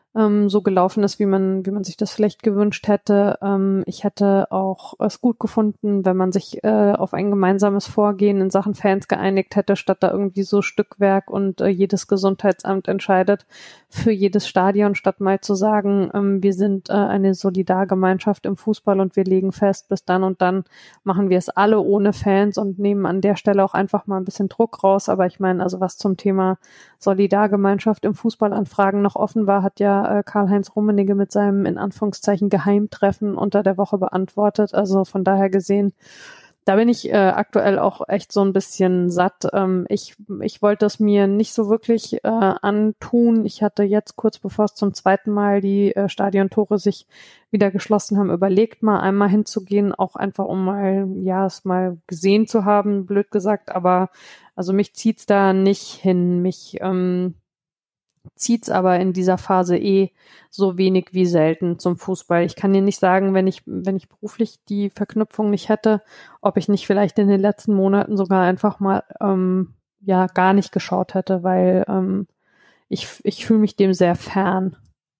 [SPEAKER 5] ähm, so gelaufen ist, wie man, wie man sich das vielleicht gewünscht hätte. Ähm, ich hätte auch es gut gefunden, wenn man sich äh, auf ein gemeinsames Vorgehen in Sachen Fans geeinigt hätte, statt da irgendwie so Stückwerk und äh, jedes Gesundheitsamt entscheidet für jedes Stadion, statt mal zu sagen, ähm, wir sind äh, eine Solidargemeinschaft im Fußball und wir legen fest, bis dann und dann machen wir es alle ohne Fans und nehmen an der Stelle auch einfach mal ein bisschen Druck raus. Aber ich meine, also was zum Thema Solidargemeinschaft im Fußball an Fragen noch offen war, hat ja äh, Karl-Heinz Rummenigge mit seinem in Anführungszeichen Geheimtreffen unter der Woche beantwortet. Also von daher gesehen, da bin ich äh, aktuell auch echt so ein bisschen satt. Ähm, ich, ich wollte es mir nicht so wirklich äh, antun. Ich hatte jetzt kurz bevor es zum zweiten Mal die äh, Stadiontore sich wieder geschlossen haben, überlegt, mal einmal hinzugehen, auch einfach um mal, ja, es mal gesehen zu haben, blöd gesagt. Aber also mich zieht's da nicht hin. Mich ähm, zieht's aber in dieser Phase eh so wenig wie selten zum Fußball. Ich kann dir nicht sagen, wenn ich, wenn ich beruflich die Verknüpfung nicht hätte, ob ich nicht vielleicht in den letzten Monaten sogar einfach mal ähm, ja gar nicht geschaut hätte, weil ähm, ich, ich fühle mich dem sehr fern.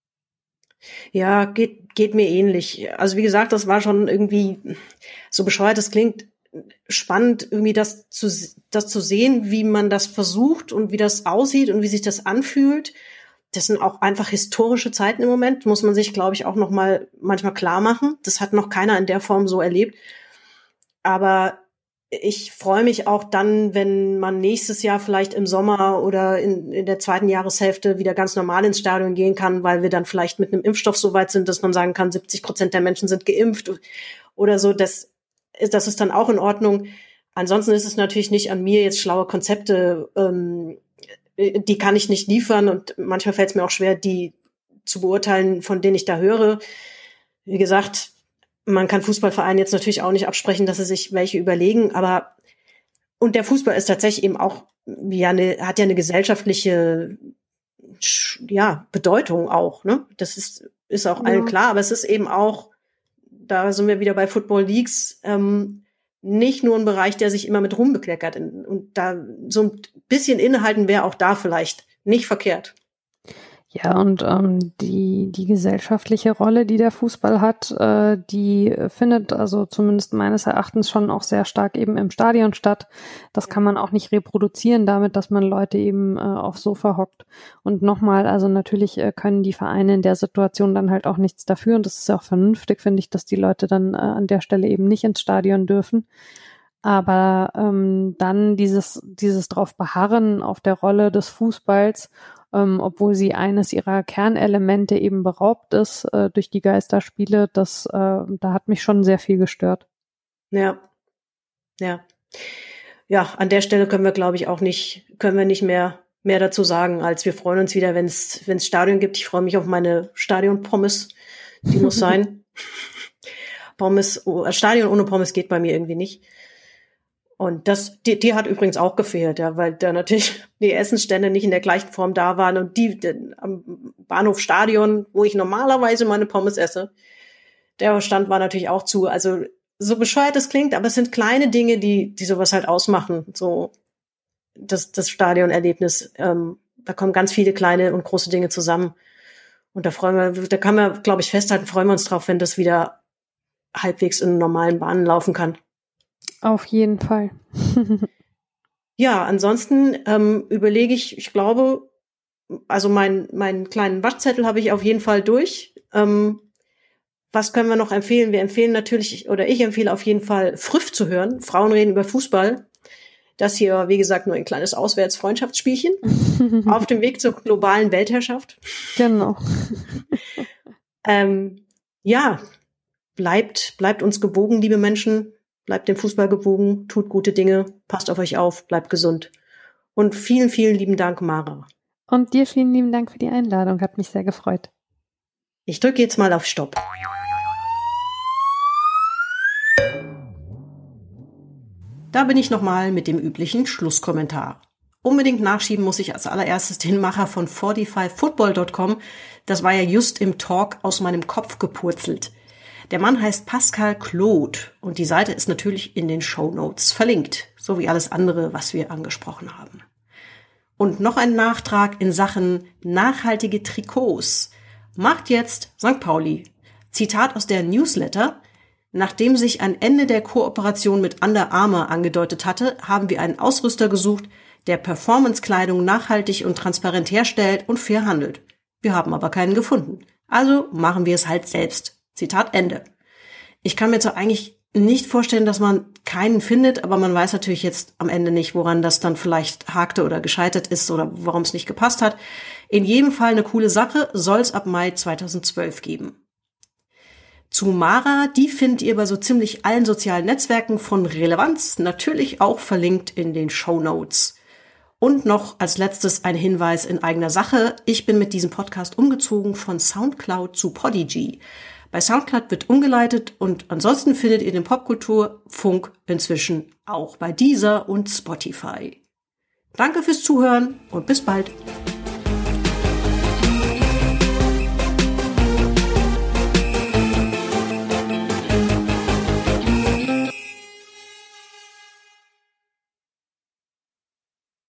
[SPEAKER 3] Ja, geht, geht mir ähnlich. Also wie gesagt, das war schon irgendwie, so bescheuert es klingt, spannend, irgendwie das zu, das zu sehen, wie man das versucht und wie das aussieht und wie sich das anfühlt. Das sind auch einfach historische Zeiten im Moment, muss man sich, glaube ich, auch noch mal manchmal klar machen. Das hat noch keiner in der Form so erlebt. Aber ich freue mich auch dann, wenn man nächstes Jahr vielleicht im Sommer oder in, in der zweiten Jahreshälfte wieder ganz normal ins Stadion gehen kann, weil wir dann vielleicht mit einem Impfstoff so weit sind, dass man sagen kann, siebzig Prozent der Menschen sind geimpft oder so. Das Das ist dann auch in Ordnung. Ansonsten ist es natürlich nicht an mir, jetzt schlaue Konzepte, ähm, die kann ich nicht liefern und manchmal fällt es mir auch schwer, die zu beurteilen, von denen ich da höre. Wie gesagt, man kann Fußballvereinen jetzt natürlich auch nicht absprechen, dass sie sich welche überlegen, aber und der Fußball ist tatsächlich eben auch, ja, eine, hat ja eine gesellschaftliche, ja, Bedeutung auch, ne? Das ist, ist auch allen klar, aber es ist eben auch, da sind wir wieder bei Football Leagues, ähm, nicht nur ein Bereich, der sich immer mit Ruhm bekleckert. Und da so ein bisschen innehalten wäre auch da vielleicht nicht verkehrt.
[SPEAKER 5] Ja, und ähm, die die gesellschaftliche Rolle, die der Fußball hat, äh, die findet also zumindest meines Erachtens schon auch sehr stark eben im Stadion statt. Das kann man auch nicht reproduzieren damit, dass man Leute eben äh, aufs Sofa hockt. Und nochmal, also natürlich äh, können die Vereine in der Situation dann halt auch nichts dafür. Und das ist ja auch vernünftig, finde ich, dass die Leute dann äh, an der Stelle eben nicht ins Stadion dürfen. Aber ähm, dann dieses dieses drauf beharren auf der Rolle des Fußballs, Ähm, obwohl sie eines ihrer Kernelemente eben beraubt ist äh, durch die Geisterspiele, das, äh, da hat mich schon sehr viel gestört.
[SPEAKER 3] Ja, ja, ja. An der Stelle können wir, glaube ich, auch nicht, können wir nicht mehr mehr dazu sagen, als wir freuen uns wieder, wenn es wenn es Stadion gibt. Ich freue mich auf meine Stadion-Pommes, die muss sein. Pommes, oh, Stadion ohne Pommes geht bei mir irgendwie nicht. Und das, die, die hat übrigens auch gefehlt, ja, weil da natürlich die Essensstände nicht in der gleichen Form da waren und die, die am Bahnhof Stadion, wo ich normalerweise meine Pommes esse, der Stand war natürlich auch zu. Also so bescheuert es klingt, aber es sind kleine Dinge, die die sowas halt ausmachen. So das das Stadionerlebnis. Ähm, da kommen ganz viele kleine und große Dinge zusammen. Und da freuen wir, da kann man, glaube ich, festhalten, freuen wir uns drauf, wenn das wieder halbwegs in normalen Bahnen laufen kann.
[SPEAKER 5] Auf jeden Fall.
[SPEAKER 3] Ja, ansonsten ähm, überlege ich, ich glaube, also mein, meinen kleinen Waschzettel habe ich auf jeden Fall durch. Ähm, was können wir noch empfehlen? Wir empfehlen natürlich, oder ich empfehle auf jeden Fall, Früff zu hören. Frauen reden über Fußball. Das hier, wie gesagt, nur ein kleines Auswärts-Freundschaftsspielchen auf dem Weg zur globalen Weltherrschaft.
[SPEAKER 5] Genau.
[SPEAKER 3] ähm, ja, bleibt, bleibt uns gewogen, liebe Menschen. Bleibt dem Fußball gewogen, tut gute Dinge, passt auf euch auf, bleibt gesund. Und vielen, vielen lieben Dank, Mara.
[SPEAKER 5] Und dir vielen lieben Dank für die Einladung, hat mich sehr gefreut.
[SPEAKER 3] Ich drücke jetzt mal auf Stopp. Da bin ich nochmal mit dem üblichen Schlusskommentar. Unbedingt nachschieben muss ich als allererstes den Macher von forty-five football dot com. Das war ja just im Talk aus meinem Kopf gepurzelt. Der Mann heißt Pascal Claude und die Seite ist natürlich in den Shownotes verlinkt, so wie alles andere, was wir angesprochen haben. Und noch ein Nachtrag in Sachen nachhaltige Trikots. macht jetzt Sankt Pauli. Zitat aus der Newsletter. Nachdem sich ein Ende der Kooperation mit Under Armour angedeutet hatte, haben wir einen Ausrüster gesucht, der Performance-Kleidung nachhaltig und transparent herstellt und fair handelt. Wir haben aber keinen gefunden. Also machen wir es halt selbst. Zitat Ende. Ich kann mir jetzt eigentlich nicht vorstellen, dass man keinen findet, aber man weiß natürlich jetzt am Ende nicht, woran das dann vielleicht hakte oder gescheitert ist oder warum es nicht gepasst hat. In jedem Fall eine coole Sache, soll es ab Mai zweitausendzwölf geben. Zu Mara, die findet ihr bei so ziemlich allen sozialen Netzwerken von Relevanz, natürlich auch verlinkt in den Shownotes. Und noch als letztes ein Hinweis in eigener Sache. Ich bin mit diesem Podcast umgezogen von Soundcloud zu Podigy. Bei Soundcloud wird umgeleitet und ansonsten findet ihr den Popkulturfunk inzwischen auch bei Deezer und Spotify. Danke fürs Zuhören und bis bald.